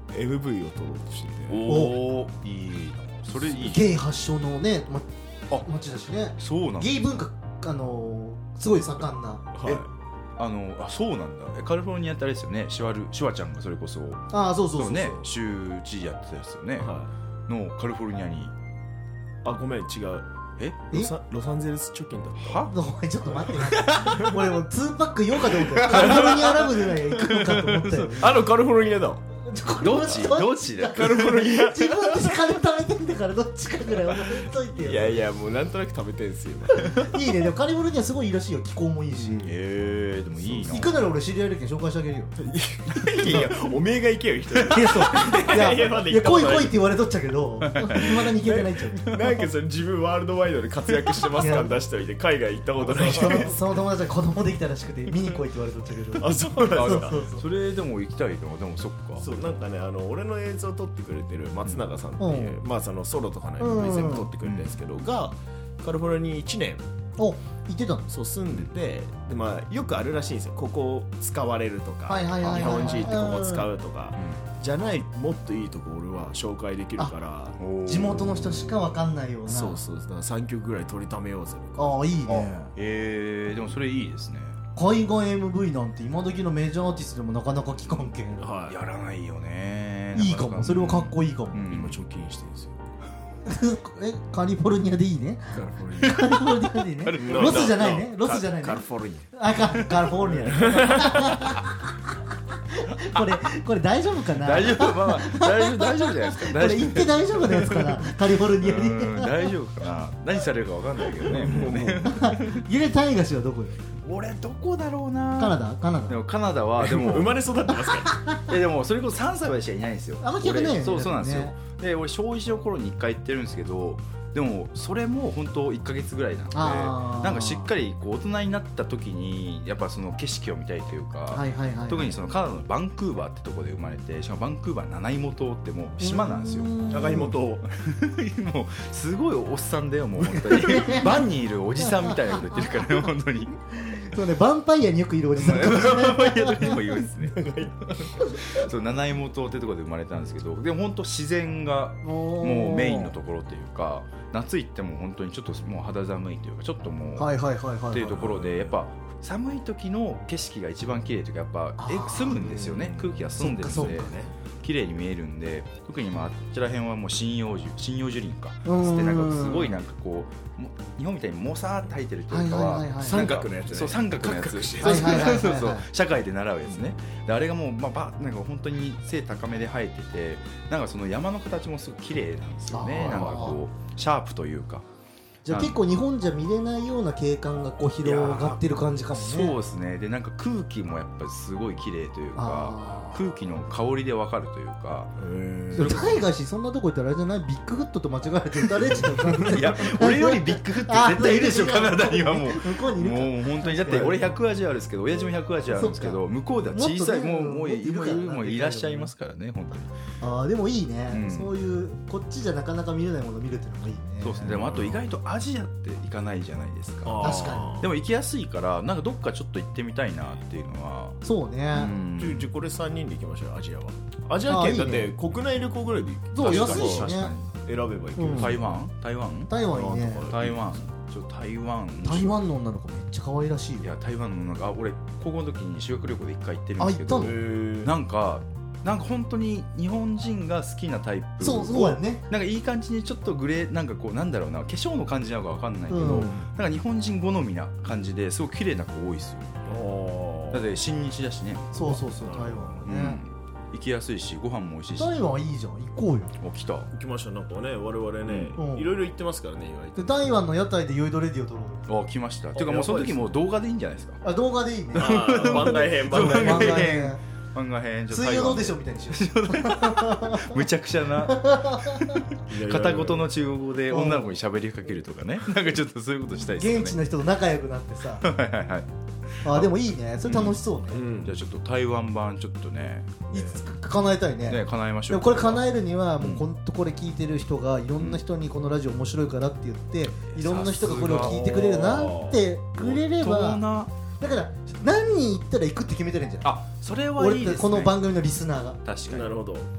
D: エムブイ を撮ろうとしてて、
C: おおいいなそれいい
F: ゲイ発祥のね、ま、
C: あ
F: 街だしね。
C: そうなんだ
F: ゲイ文化、あのー、すごい盛んな。
D: はい
C: あのあそうなんだえカリフォルニアってあれですよねシュワルシュワちゃんがそれこそ
F: ああそうそうそうそう
C: ね州知事やってたやつよね、
D: は
C: のカリフォルニアに
D: い、あごめん違う
C: え
F: え
D: ロサロサンゼルス貯金だった
C: は
F: お前ちょっと待って待って俺もうツーパック言おうかと思ったよ。カリフォルニアラブでない行くのかと思ったよ。
D: あのカリフォルニアだ
C: どっちどっちだ
D: カリフォルニア
F: 自分で金貯めてんだからどっちかぐらい思っといてよ。
D: いやいやもうなんとなく食べてんすよ
F: いいね。でもカリフォルニアすごいいいらしいよ。気候もいいし、
C: えー、でもいいな
F: 行くなら俺知り合いだけど紹介してあげるよ。
D: いやいやおめえが行けよ一人
F: いやそういや
D: いやまだ
F: いや来い
D: 行ったことない
F: 来いって言われとっちゃけどまだに行けてないっちゃう。
D: なんかそれ自分ワールドワイドで活躍してます感出しておいて海外行ったことない
F: そのその友達は子供できたらしくて見に来いって言われとっちゃけど
D: あそうなんですか
F: そうそう
C: それでも行きたいのでもそっか
D: そうなんかねあの俺の映像を撮ってくれてる松永さんっていう、
F: う
D: まあそのソロとかの エムブイ 全部撮ってくれてるんですけど、がカリフォルニアにいちねん
F: お行ってたの。
D: そう住んでてで、まあ、よくあるらしいんですよここ使われるとか、
F: はいはいはいはい
D: 日本人ってここ使うとか、じゃないもっといいとこ俺は紹介できるから
F: 地元の人しかわかんないような。
D: そうそうだからさんきょくぐらい撮りためようぜみたいな
F: ああいいね。
C: えー、でもそれいいですね
F: 海外 エムブイ なんて今時のメジャーアーティストでもなかなか聞かんけん、
D: はい
C: やらないよね
F: いいかも。それはかっこいいかも、
C: うん
D: 今貯金してるんですよ
F: えカリフォルニアでいいね。
D: カリフォルニア
F: カリフォルニアでいいね。ロスじゃないね。ロスじゃないね。
D: カリフォルニ
F: あカカリフォルニアこれこれ大丈夫かな。
C: 大丈夫まあまあ大丈夫大丈夫じゃないですか
F: これ
C: 大丈
F: 言って大丈夫なやつかな。カリフォルニアに
C: うん大丈夫かな何されるかわかんないけどねもうね
F: ゆれタイガシはどこよ。
C: 俺どこだろうな
F: カナダカナダ
C: でもカナダはでも
D: 生まれ育ってますから
C: いやでもそれこそさんさいまでしかいないんですよ
F: あんま記憶ないよね
C: 俺そうそうなんですよ、
F: ね
C: で俺小いちの頃にいっかい行ってるんですけどでもそれも本当いっかげつぐらいなんで
F: あー
C: なんかしっかりこう大人になった時にやっぱその景色を見たいというか、
F: はいはいはいはい、
C: 特にそのカナダのバンクーバーってところで生まれてしかもバンクーバー七芋島ってもう島なんですよ
D: じゃがいもと
C: もうすごいおっさんだよもう本当にバンにいるおじさんみたいなこと言ってるからね本当に
F: そうね、ヴァンパイアによくいるおじさんかもしれない
C: にも言うんですねそう七芋島ってところで生まれたんですけどでも本当自然がもうメインのところっていうか夏行っても本当にちょっともう肌寒いというかちょっともう、
F: はいはいはいはい、
C: っていうところでやっぱ寒い時の景色が一番綺麗というかやっぱえ澄むんですよね空気が澄んでるんで
F: そっかそっか
C: 綺麗に見えるんで特にまああちら辺はもう針葉樹針葉樹林か
F: うーん
C: つってなんかすごいなんかこうも日本みたいにもさーって生えてるというかは
F: はいはいはいはい
D: 三角のやつね
C: そう三角のやつ
D: カクカクして
C: そうそう
F: はいはいはいはい
C: そうそう社会で習うやつねであれがもうまあばなんか本当に背高めで生えててなんかその山の形もすごく綺麗なんですよね
F: あー
C: なんかこうシャープというか
F: じゃあ結構日本じゃ見れないような景観がこう広がってる感じかもね。
C: そうですねでなんか空気もやっぱりすごい綺麗というか
F: あー
C: 空気の香りでわかるというか
F: でもタイガー氏そんなとこ行ったらあれじゃないビッグフットと間違えて撃たれちゃう感じ
C: いや俺よりビッグフット絶対いるでしょカナダにはもう
F: 向こうにいるか
C: もう本当にだって俺ひゃくアジあるんですけど親父もひゃくアジあるんですけど向こうでは小さい
F: もっとね
C: もうもういる
F: もっといるからな
C: もういらっしゃいますからね本当に
F: あーでもいいね、
C: うん
F: そういうこっちじゃなかなか見れないもの見るっていうのもいいね。
C: そうですねでもあと意外とアジアって行かないじゃないですか
F: 確か
C: でも行きやすいからなんかどっかちょっと行ってみたいなっていうのは
F: そうね、
C: うん
D: じゃじゃこれさんにんで行きましょうアジアはアジア圏だっ
F: あいい
D: て国内旅行ぐらいで
F: そう
C: 確かに
F: 安いしね
C: 確か
D: 選べばいける、
F: うん
C: 台湾台湾
F: 台湾いいね。
C: 台湾ちょ台湾
F: 台湾の女の子めっちゃ可愛らしいよ。
C: いや台湾のなんかあ俺高校の時に修学旅行で一回行ってるんですけど
F: あ行ったの
D: へー
C: なんかなんか本当に日本人が好きなタイプ
F: そうそうやね。
C: なんかいい感じにちょっとグレーなんかこうなんだろうな化粧の感じなのかわかんないけど、
F: うん
C: なんか日本人好みな感じですごく綺麗な子多いですよ
D: あー
C: だって親日だしね、
F: そうそうそう台湾は
C: うん
F: ね、
C: 行きやすいしご飯も美味しいし
F: 台湾いいじゃん行こうよ。
C: お来た
D: 行きましたなんかね我々ね、
F: うん
D: いろいろ行ってますからね意外と
F: で台湾の屋台で酔いどレディを撮ろうよ。
C: あ来ましたていうかもうその時もう動画でいいんじゃないですか
F: あ動画でいいね。
D: あー番外編番外
F: 漫
D: 編
F: 画ね
C: 漫画編ちょっと
F: 水曜どうで
C: し
F: しょうみたいにしよう。
C: むちゃくちゃな片言の中国語で女の子に喋りかけるとかねなんかちょっとそういうことしたいですよね
F: 現地の人と仲良くなってさ
C: はいはいはい
F: あでもいいねそれ楽しそうね、
D: うん
C: じゃあちょっと台湾版ちょっとね
F: いつか叶えたいね
C: ね叶えましょう
F: でもこれ叶えるにはもう
C: うん
F: ほんとこれ聞いてる人がいろんな人にこのラジオ面白いからって言っていろんな人がこれを聞いてくれるなってくれれば
C: 大人
F: だから何人行ったら行くって決めてるんじゃん
C: あそれはいいですね
F: 俺ってこの番組のリスナーが
C: 確かに
D: なるほど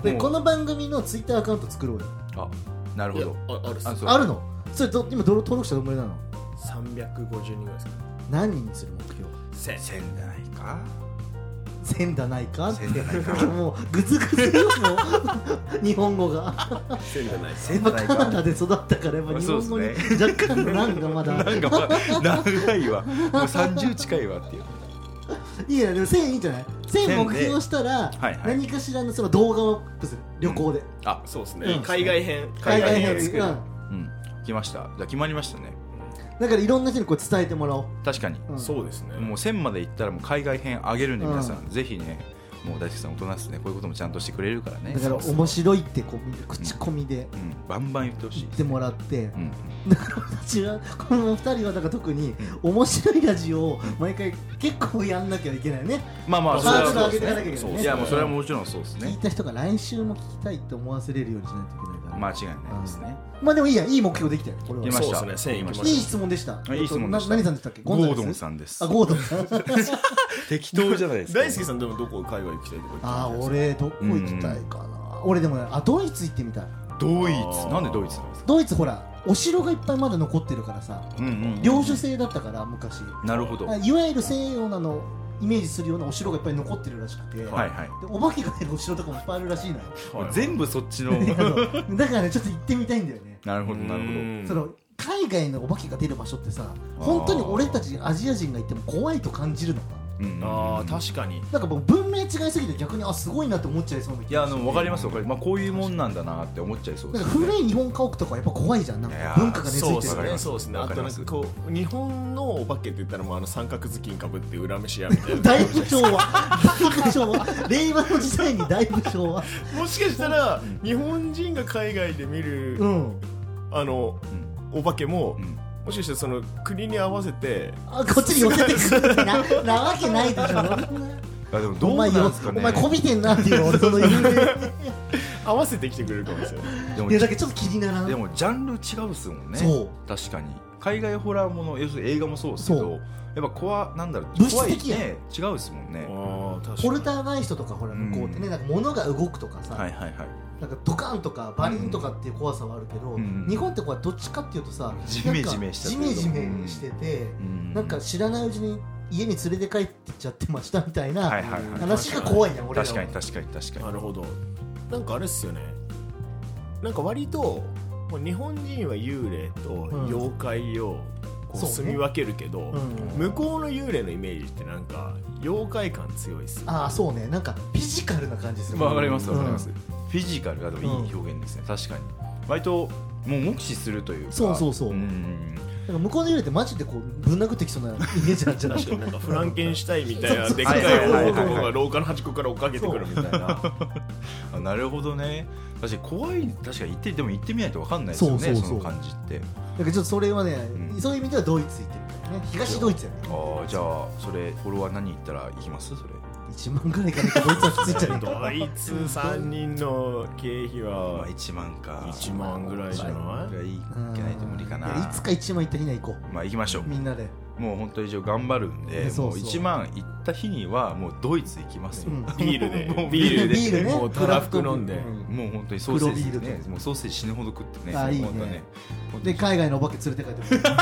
F: でこの番組のツイッターアカウント作ろうよ。
C: あ、なるほど。
D: ああるっす
C: あそう
F: あるの？それど今ど登録者どのぐらいなの？
D: さんびゃくごじゅうにんぐらいですか。
F: 何人にする目標？
D: せん
C: せんじゃないか。
F: 千だないかって
C: 千じゃないか。
F: もうグズグズよもう日本語が
D: せんじゃないです
C: せんじゃないか。
F: カナダで育ったからやっぱ日本語に
C: そう
F: 若干のなんかまだ
C: なんかまあ長いわ。もうさんじゅう近いわっていう。
F: いやでもせんいいんじゃない？せん目標したら
C: はいはい
F: 何かしらのその動画をアップする旅行で
C: あ、
D: そうですね、
F: うん
D: 海外編
F: 海外編
D: 作る、
F: うん
C: うん。来ました。じゃあ決まりましたね。
F: だからいろんな人にこう伝えてもらおう。
C: 確かに。
F: うん
D: そうですね。
C: もうせんまで行ったらもう海外編あげるんで皆さん、ぜひね、もう大輔さん大人ですね、こういうこともちゃんとしてくれるからね。
F: だから面白いってこう口コミで
C: うん、バンバン言ってほしい。
F: 言ってもらって
C: うん、
F: だから私はこのふたりはだから特に面白いラジオを毎回結構やんなきゃいけないね。
C: まあまあ、
F: ハードル
C: そう
F: 上げていかなきゃいけないね。
C: いやもうそれはもちろんそうですね。
F: 聞いた人が来週も聞きたいって思わせれるようにしないといけないから。
C: 間違いないですね。
F: まあでもいいや、いい目標できたよこれは。
C: 行きました。
D: そうですねせん行きま
F: いい
D: し
F: 質問でした。
C: あいい質問でした
F: な何さんでしたっけ？
C: ゴードンさ
F: ん。
C: んです
F: あ、。ゴードンさん。
C: 適当じゃないですか。
D: 大輔さんでもどこ海外行きたいとか言って
F: あー、
D: るんですか。
F: 俺どこ行きたいかな。俺でもね、あ、ドイツ行ってみたい。
C: ドイツ。
D: あー
C: なんでドイツなんですか。
F: ドイツほらお城がいっぱいまだ残ってるからさ、
C: うんうん。
F: 領主制だったから昔。
C: なるほど。はい
F: いわゆる西洋なのイメージするようなお城がいっぱい残ってるらしくて、
C: はい。
F: でお化けが出るお城とかもいっぱいあるらしいのよ。
D: はい
C: 全部そっちの。
F: だからねちょっと行ってみたいんだよね。
C: なるほどなるほど。
D: うん
F: その海外のお化けが出る場所ってさ、本当に俺たちアジア人が行っても怖いと感じるのか。
C: うん
D: ああ確かに。
F: なんかもう文明違いすぎて逆にあすごいなって思っちゃいそうな気がして。
C: いやあの分かります分かります。まあこういうもんなんだなって思っちゃいそうで
F: なんか
C: すね。
F: 古い日本家屋とかやっぱ怖いじゃん。なん
C: いや
F: か文化が根付
D: そうです
F: いてるから。
D: ねそうですね。あとなん
C: わかります
D: かこう日本のお化けって言ったらもうあの三角頭巾かぶって裏飯屋みたいな。
F: だいぶ昭和。だいぶ昭和。令和の時代にだいぶ昭和。
D: もしかしたら日本人が海外で見る、
F: うん。
D: あのお化けも、
C: うん
D: もしかしたらその国に合わせて
F: あこっちに寄せてくるななわけないでしょ。
C: あでもどう
F: お前よ
C: なんですかね。
F: お前こびてんなっていうの俺その言うね。
D: 合わせてきてくれるかもしれない。
C: でも
F: いやだけどちょっと気にならん。
C: でもジャンル違うっすもんね。
F: そう
C: 確かに海外ホラーもの要するに映画もそうですけ
F: そう
C: ど、やっぱ怖なんだろう
F: 物質的や
C: 怖いね違うっすもんね。
D: ああ確
F: ポルターガイストとかほら向こうってね、なんか物が動くとかさ、
C: はいはいはい。
F: なんかドカンとかバリンとかっていう怖さはあるけど、
C: うん
F: 日本ってこうどっちかっていうとさ、
C: ジメジメした
F: ジメジメしてて、
C: うん
F: なんか知らないうちに家に連れて帰ってっちゃってましたみたいな
C: はいはいはい。
F: 話が怖いね俺らは。
C: 確かに確かに確かに。
D: なるほど。なんかあれっすよね。なんか割ともう日本人は幽霊と妖怪をこう
F: そうね
D: 住み分けるけど、
F: うん
D: 向こうの幽霊のイメージってなんか妖怪感強いっすよ。
F: ああそうね、なんかフィジカルな感じする。
C: まあわかりますわかります。
F: うん
C: フィジカルがでもいい表現ですね。確かに。割ともう目視するというか。
F: そうそうそう
C: うん
F: なんか向こうの幽霊ってマジでこうぶん殴ってきそうなイメージなんじゃない
D: 確かになんかフランケンシュタインみたいな
F: そう
D: でっかい
C: はいはいはいはい
D: 男が廊下の端っこから追っかけてくるみたいな。
C: あなるほどね。確かに怖い。確かに行ってでも行ってみないとわかんないですよね。
F: そうそうそう
C: その感じって。
F: だけどちょっとそれはね、
C: うん
F: そういう意味ではドイツ行ってみたいね。東ドイツやね。
C: ああじゃあそれフォロワー何人いったら行きますそれ。
F: いちまんぐらいかな。ドイツはきついんじゃないか。
D: ドイツさんにんの経費
C: ま
D: は
C: あいちまんか。
D: いちまんぐらいじゃない
C: ぐらいいけないと無理かな。
F: いやいつかいちまん行った日には行こ
C: まあ行きましょう
F: う。みんなで。
C: もう本当に一応頑張るんで、
F: そうそう
C: もういちまん行った日にはもうドイツ行きますよ。
F: うん
D: ビールで
C: もう
D: ビールで
F: ビールね
D: もうたらふく飲んで、
F: うん
C: もう本当にソーセージ
F: 黒ビール
C: ね、もうソーセージ死ぬほど食ってね。
F: あいいね
C: 本当ね。
F: で海外のお化け連れて帰ってくる。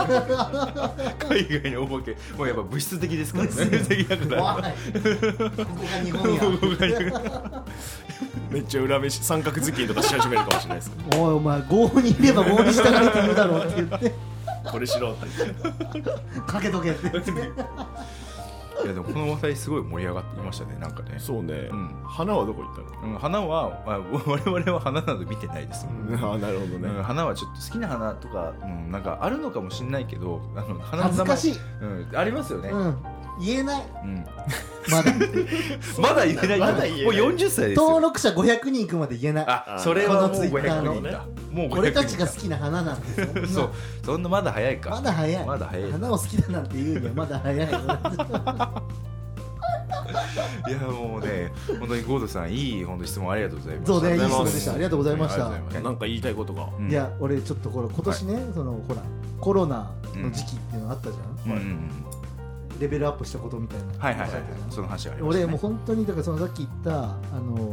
C: 海外のお化けもうやっぱ物質的ですからね。物質的だから。
F: 怖い。ここが日本や。
D: めっちゃ裏飯三角頭巾とかし始めるかもしれないです。
F: おいお前郷にいれば郷に従えって言うだろうって言って
D: これしろって言って
F: かけとけって言って。
C: いやでもこの話題すごい盛り上がっていましたね。なんかね。
D: そうね、
C: うん
D: 花はどこ行ったの？
C: うん花はあ我々は花など見てないですもん。
D: ああなるほどね、
C: うん花はちょっと好きな花とか、うん、なんかあるのかもしれないけど、あの花の名前
F: 恥ずかしい。
C: うん、ありますよね。
F: うん。言えない。
C: うん
F: まだ
C: まだ言えない。
D: まだ言えない
C: もうよんじゅっさいですよ。
F: 登録者ごひゃくにんいくまで言えない。
C: あ、それはもう
F: この
C: ごひゃく
F: Twitter
C: 人だ。もうごひ
F: 俺
C: ゃくにんだ
F: たちが好きな花なんですよ。
C: そう、そんなまだ早いか。
F: まだ早い。
C: まだ早い。
F: 花を好きだなんて言うにはまだ早い。
C: いやもうね、本当にゴードさんいい本当質問ありがとうございます。
F: そうね、いい質問で
D: ありがとうございます
F: した。ありがとうございました。
C: ありがとうございます
D: なんか言いたいことが、
C: うん
F: いや、俺ちょっとこれ今年ね、そのほらコロナの時期っていうのあったじゃん。
C: うんうんうん。
F: レベルアップしたことみたいな。
C: はいはいはいはい。その話がありましたね。
F: 俺もう本当にだからそのさっき言ったあの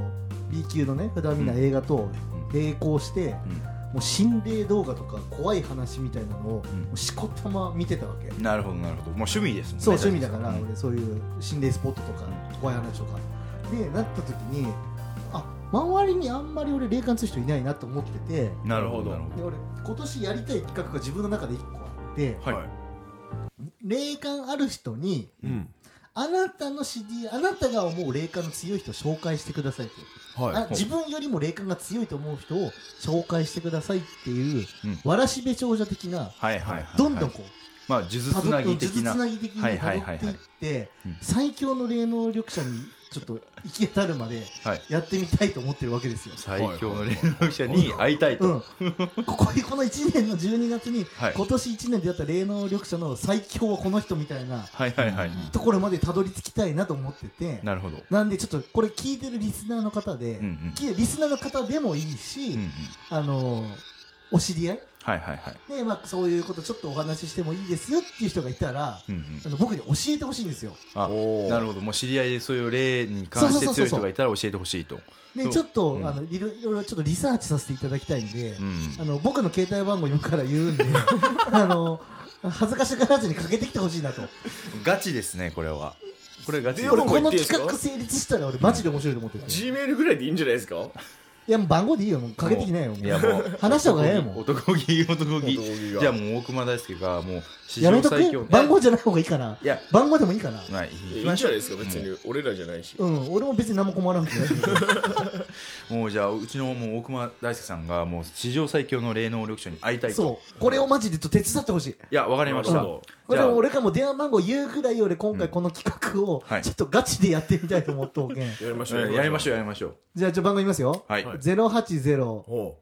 F: B 級のね普段みんな映画と並行して、もう心霊動画とか怖い話みたいなのを、もうしこたま見てたわけ。
C: なるほどなるほど。もう趣味ですもんね。
F: そう趣味だから、
C: うん
F: 俺そういう心霊スポットとか怖い話とかでなった時に、あ周りにあんまり俺霊感強い人いないなと思ってて、
C: なるほどなるほ
F: で俺今年やりたい企画が自分の中でいっこあって、
C: ど。はい。
F: 霊感ある人に、
D: うん
F: あなたの知り合い、あなたが思う霊感の強い人を紹介してくださいと、
D: はい
F: あ自分よりも霊感が強いと思う人を紹介してくださいっていう、
C: うん
F: わらしべ長者的な、
C: はいはいはい。
F: どんどんこう、
C: まあ数珠つなぎ的な。
F: 数珠つなぎ的に
C: はいはい
F: 辿っていっ
C: はいはい
F: て
C: うん最
F: 最強の霊能力者にちょっと行き当たるまで
C: はい。
F: やってみたいと思ってるわけですよ。
C: 最強の霊能者に会いたいと。
F: うん、ここにこのいちねんのじゅうにがつに、
C: はい
F: 今年いちねんでやった霊能力者の最強はこの人みたいな
C: はいはいはい。
F: ところまでたどり着きたいなと思ってて、
C: なるほど。
F: なんでちょっとこれ聞いてるリスナーの方で、
C: うんうん
F: 聞いてるリスナーの方でもいいし、
C: うんうん。
F: あのーお知り合い
C: はいはいはい。
F: で、まあ、そういうことちょっとお話ししてもいいですよっていう人がいたら、
C: うんうん。
F: あの僕に教えてほしいんですよ。
C: あ、
D: おー
C: なるほど。もう知り合いでそういう霊に関して強い人がいたら教えてほしいと。そう
F: でちょっと、
C: うん
F: あのいろいろちょっとリサーチさせていただきたいんで、
C: うん。
F: あの僕の携帯番号今から言うんであの恥ずかしがらずにかけてきてほしいなと。
C: ガチですねこれは。これガチです。
F: 俺この
D: 電話番号言っていいですか
F: 企画成立したら俺マジで面白いと思ってる。
D: G メールぐらいでいいんじゃないですか。
F: いやもう番号でいいよ、もうかけてきないよ。もう
C: いやもう
F: 話した方がええもん。
C: 男気男気
D: 男気が
C: じゃあもう大熊大輔がもう史
F: やめと
C: 上最強
F: く番号じゃない方がいいかな。
C: いや
F: 番号でもいいかな。
C: まあい
D: いいんじゃないですか、別に俺らじゃないし。
F: うん、俺も別に何も困らんけど。
C: もうじゃあうちのもう大熊大輔さんがもう史上最強の霊能力者に会いたいと。
F: そう、これをマジでちょっと手伝ってほしい。
C: いやわかりました
D: なるほど。
F: これ
C: じゃあ
F: 俺からも電話番号言うぐらい俺今回この企画を
C: はい
F: ちょっとガチでやってみたいと思っておけん。
D: やりましょう
C: やりましょうやりましょう。
F: じゃあちょっと番号言いますよ。
C: はい。
D: はい
F: ゼロはちゼロ
D: ほ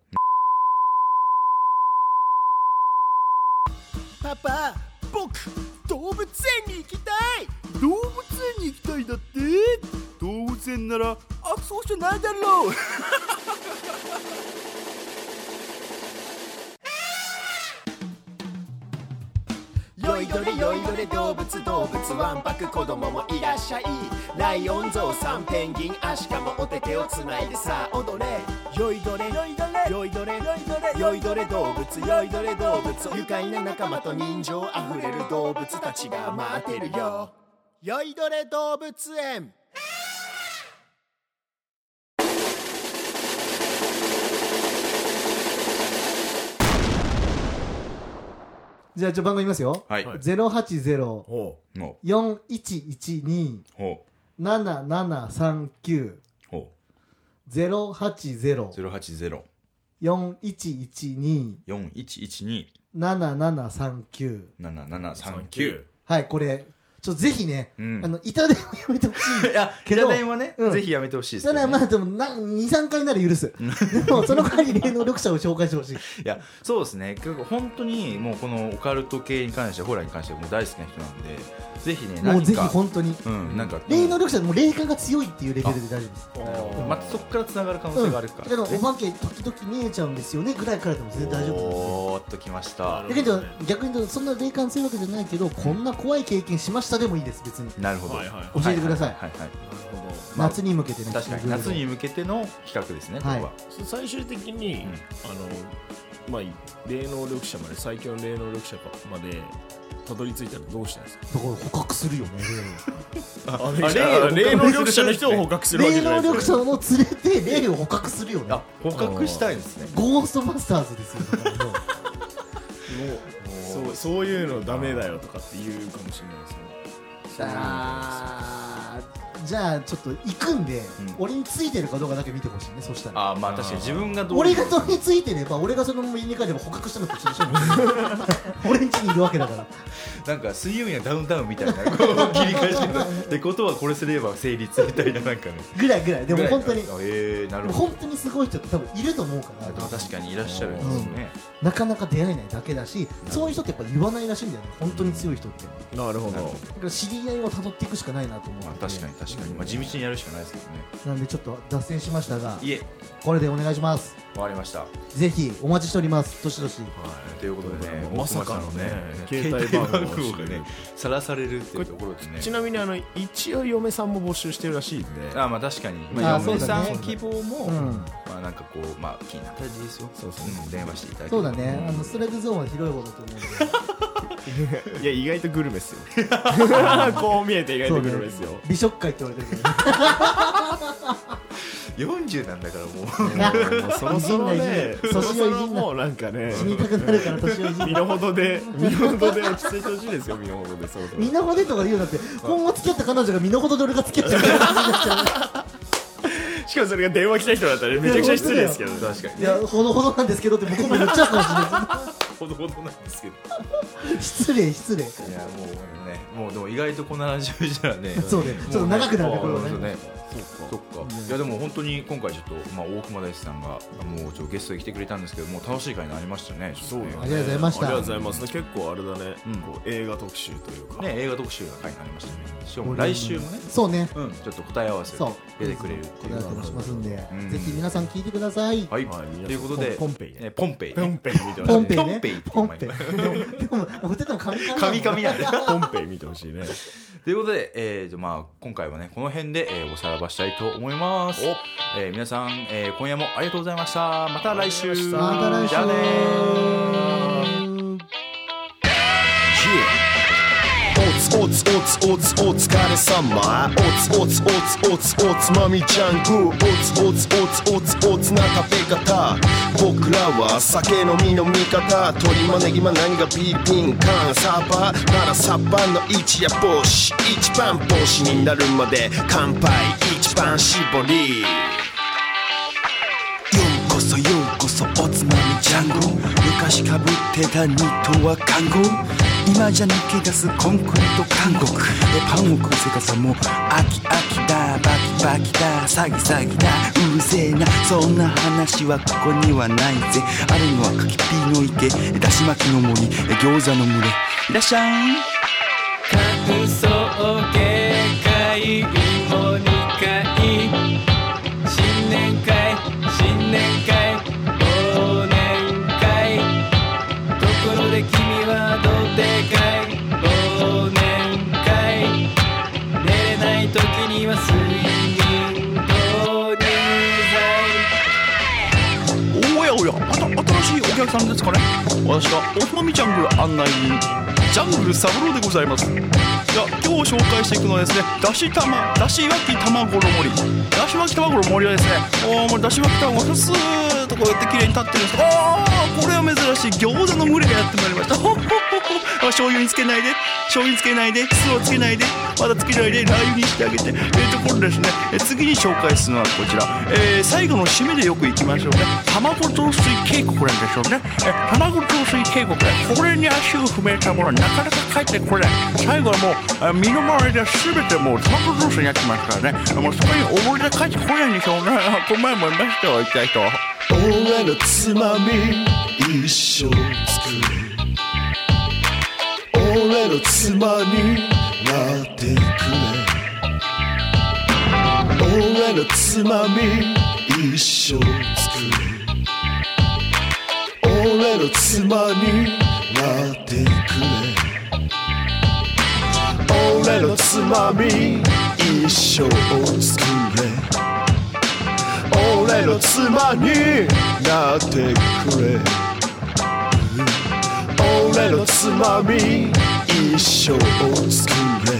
A: パパ僕動物園に行きたい。動物園に行きたいだって。動物園ならあそうじゃないだろう。
G: よいどれよいどれ動物動物わんぱく子供もいらっしゃい。ライオンゾウさんペンギンアシカもお手手をつないでさあ踊れ。よいどれよいどれよいどれよいどれ動物よいどれ動物愉快な仲間と人情あふれる動物たちが待ってるよ。よいどれ動物園。
F: じゃあちょっと番号言いますよ。
C: はい。
F: ゼロはちゼロ
D: うほ
C: も
F: よんいちいちに
C: うほ
F: ななななさんきゅう
C: うほ
F: ゼロはちゼロ
C: うゼロはちゼロ
F: よんいちいちに
C: よんいちいちに
F: ななななさんきゅう。
C: なななな
D: う
C: さんきゅう。
F: はい、これちょっとぜひね、
C: うん
F: あの板電話やめてほしい。
C: いや
F: けど
C: 平電はね
F: うん
C: ぜひやめてほしいです
F: ただ
C: けどね。
F: まあでもにさんかいなら許す。でもその代わり霊能力者を紹介してほしい。
C: いやそうですね結構本当にもうこのオカルト系に関してホラーに関してはもう大好きな人なんでぜひね
F: もうぜひ
C: 何か
F: 本当に
C: うんなんか
F: 霊能力者でも霊感が強いっていうレベルで大丈夫です。
D: う。
C: またそこからつながる可能性があるから
F: だからお化け時々見えちゃうんですよねぐらいからでも全然大丈夫なんですよ。
C: おーっときました
F: だけど逆に言うとそんな霊感強いわけじゃないけど、こんな怖い経験しましたでもいいです別に。
C: なるほど
D: はいはい
F: 教えてください。
C: はいはいはい
D: なるほど。
F: 夏に向けてね。
C: 確かに夏に向けての企画ですねこれは
D: 最終的に、
C: うん
D: あのまあ霊能力者まで最強の霊能力者までたどり着いたらどうしたんですか。
F: だから捕獲するよね。
D: あ
C: 霊
D: 霊能力者の人を捕獲するわけ
F: 霊
D: じゃない
F: 能
D: ですか。
F: 力者を連れて霊を捕獲するよね
C: あ。捕獲したいんですね
F: ゴーストバスターズですよ。だからもう
D: もうそうそういうのダメだよとかって言うかもしれないですよね。
F: あーじゃあちょっと行くんで、
C: ん
F: 俺についてるかどうかだけ見てほしいね。そしたら
C: あーまあ確かに自分がどう
F: 俺がそれについてれば俺がそのまま家に帰れば捕獲したのと一緒でしょ。俺ん家にいるわけだから。
C: なんか水曜日はダウンタウンみたいなこう切り返し方ってことはこれすれば成立みたいななんかね
F: ぐらいぐらいでも本当に
C: えーなるほど
F: 本当にすごい人って多分いると思うから、
C: あ確かにいらっしゃるんですね
F: なかなか出会えないだけだし、そういう人ってやっぱ言わないらしいんだよね。本当に強い人って。だ
D: なるほど。
F: から知り合いを辿っていくしかないなと思う
C: まあ
F: ので、
C: 確かに確かにまあ地道にやるしかないですけどね
F: なんでちょっと脱線しましたが、
C: いえ
F: これでお願いします。
C: わかりました。
F: ぜひお待ちしております。どしどし。
C: ということでね、
D: まさかのね
C: 携帯番号がねさらされるっていうところでね。
D: ちなみにあの一応嫁さんも募集してるらしいんで。
C: あ、まあ確かに、まあ、嫁さん希望も、
F: うん、
C: まあなんかこう、まあ気になったらですよ。そうそう、うん、電話していただけ
F: そうだね、あのストレートゾーンは広い方だと思うんで
D: いや意外とグルメっすよこう見えて意外とグルメっすよ、ね、
F: 美食会って言われてるから
C: よんじゅうなんだからもう
D: もうそろそろねそろそろもうなんかね
F: 死にたくなるから年をいじん
D: 身の程で身の程で落ち着いてほしいですよ。身の程でそろそろ
F: 身の程とか言うなって、今後付き合った彼女が身の程で俺が付き合っちゃうみたいな感じになっちゃう
D: しかもそれが電話来た人だったらめちゃくちゃ失礼ですけど、ね、
C: 確かに、ね、
F: いやほどほどなんですけどって向こうも言っちゃうかもしれない
C: ほどほどなんですけど
F: 失礼失礼。い
C: やもうね、もうでも意外とこんなラジオじゃね
F: そうね、ちょっと長くなるねこれはね。
C: そっか、いやでも本当に今回ちょっと、まあ、大熊大志さんがもうちょっとゲストで来てくれたんですけど、もう楽しい回になりましたね。
D: そうね、
F: ありがとうございました。
D: ありがとうございますね。結構あれだね、うん、こう映画特集というか
C: ね、映画特集の回になりましたね。しかも来週もね、
F: そうね、
C: うん、ちょっと答え合わせで出てくれるっていう
F: 答え合わせもしますんで、
C: うん、
F: ぜひ皆さん聞いてください。
C: はい、はい、ということで
D: ポンペイね、
C: ポンペイ
D: ポンペイ見てほしい。
F: ポンペイね、
C: ポンペイ
F: でももう二人とも神々
C: 神々なんだ
D: ポンペイ見てほしいね。
C: ということで、えーとまあ、今回はねこの辺で、えー、おさらばしたいと思います。えー、皆さん、えー、今夜もありがとうございました。また来週。
F: また来週。
C: じゃあね
G: ー。おつおつおつおつお疲れ様。おつおつおつおつおつまみちゃんグー。おつおつおつおつおつな食べ方。僕らは酒飲みの味方。鶏もネギも何がビービンカンサバならサバの一夜帽子。一番帽子になるまで乾杯一番絞り。
A: ようこそようこそおつまみジャンゴ。昔かぶってたニットは看護。今じゃ抜け出すコンクリート監獄。パンを食うせかさも飽き飽きだ、バキバキだ、詐欺詐欺だ、うるせえな。そんな話はここにはないぜ。あるのは柿ピーの池、だし巻きの森、餃子の群れ。いらっしゃい。
B: 歓送迎会もにかい、新年会新年会忘年会。ところで君はどうでかい忘年会。寝れない時には睡眠導入剤。
E: おやおや、また新しいお客さんですかね。私がおつまみジャングル案内人ジャングル三郎でございます。じゃあ今日紹介していくのはですね、だしたまだし巻き卵の森。だし巻き卵の森はですね、おーもうだし巻き卵がスーッとこうやって綺麗に立ってるんです。あーこれは珍しい餃子の群れがやってまいりました。ほっほっほっほ。醤油につけないで、醤油につけないで、酢をつけないで、まだつけないで、ラー油にしてあげて。えーところですね、え次に紹介するのはこちら、えー、最後の締めでよくいきましょうね。卵雑炊渓谷なんでしょうね。え卵雑炊渓谷、これに足を踏めたものはなかなか帰ってこれない。最後はもう身の回りで全てもう卵雑炊になってますからね。もうそこに溺れて帰ってこないんでしょうね。この前もいましたよ、一体人。
G: 俺のつまみ一生作れ。俺の妻になってくれ。俺のつまみ一生作れ。俺の妻になってくれ。俺のつまみ一生作れ。俺の妻になってくれ。俺のつまみ一生作れ。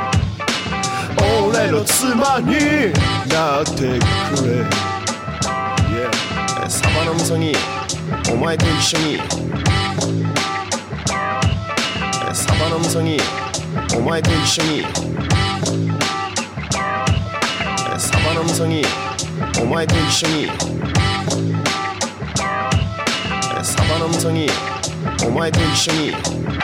G: 俺の妻になってくれ。yeah. サバの味噌煮お前と一緒に。サバの味噌煮お前と一緒に。サバの味噌煮お前と一緒に。サバの味噌煮お前と一緒に。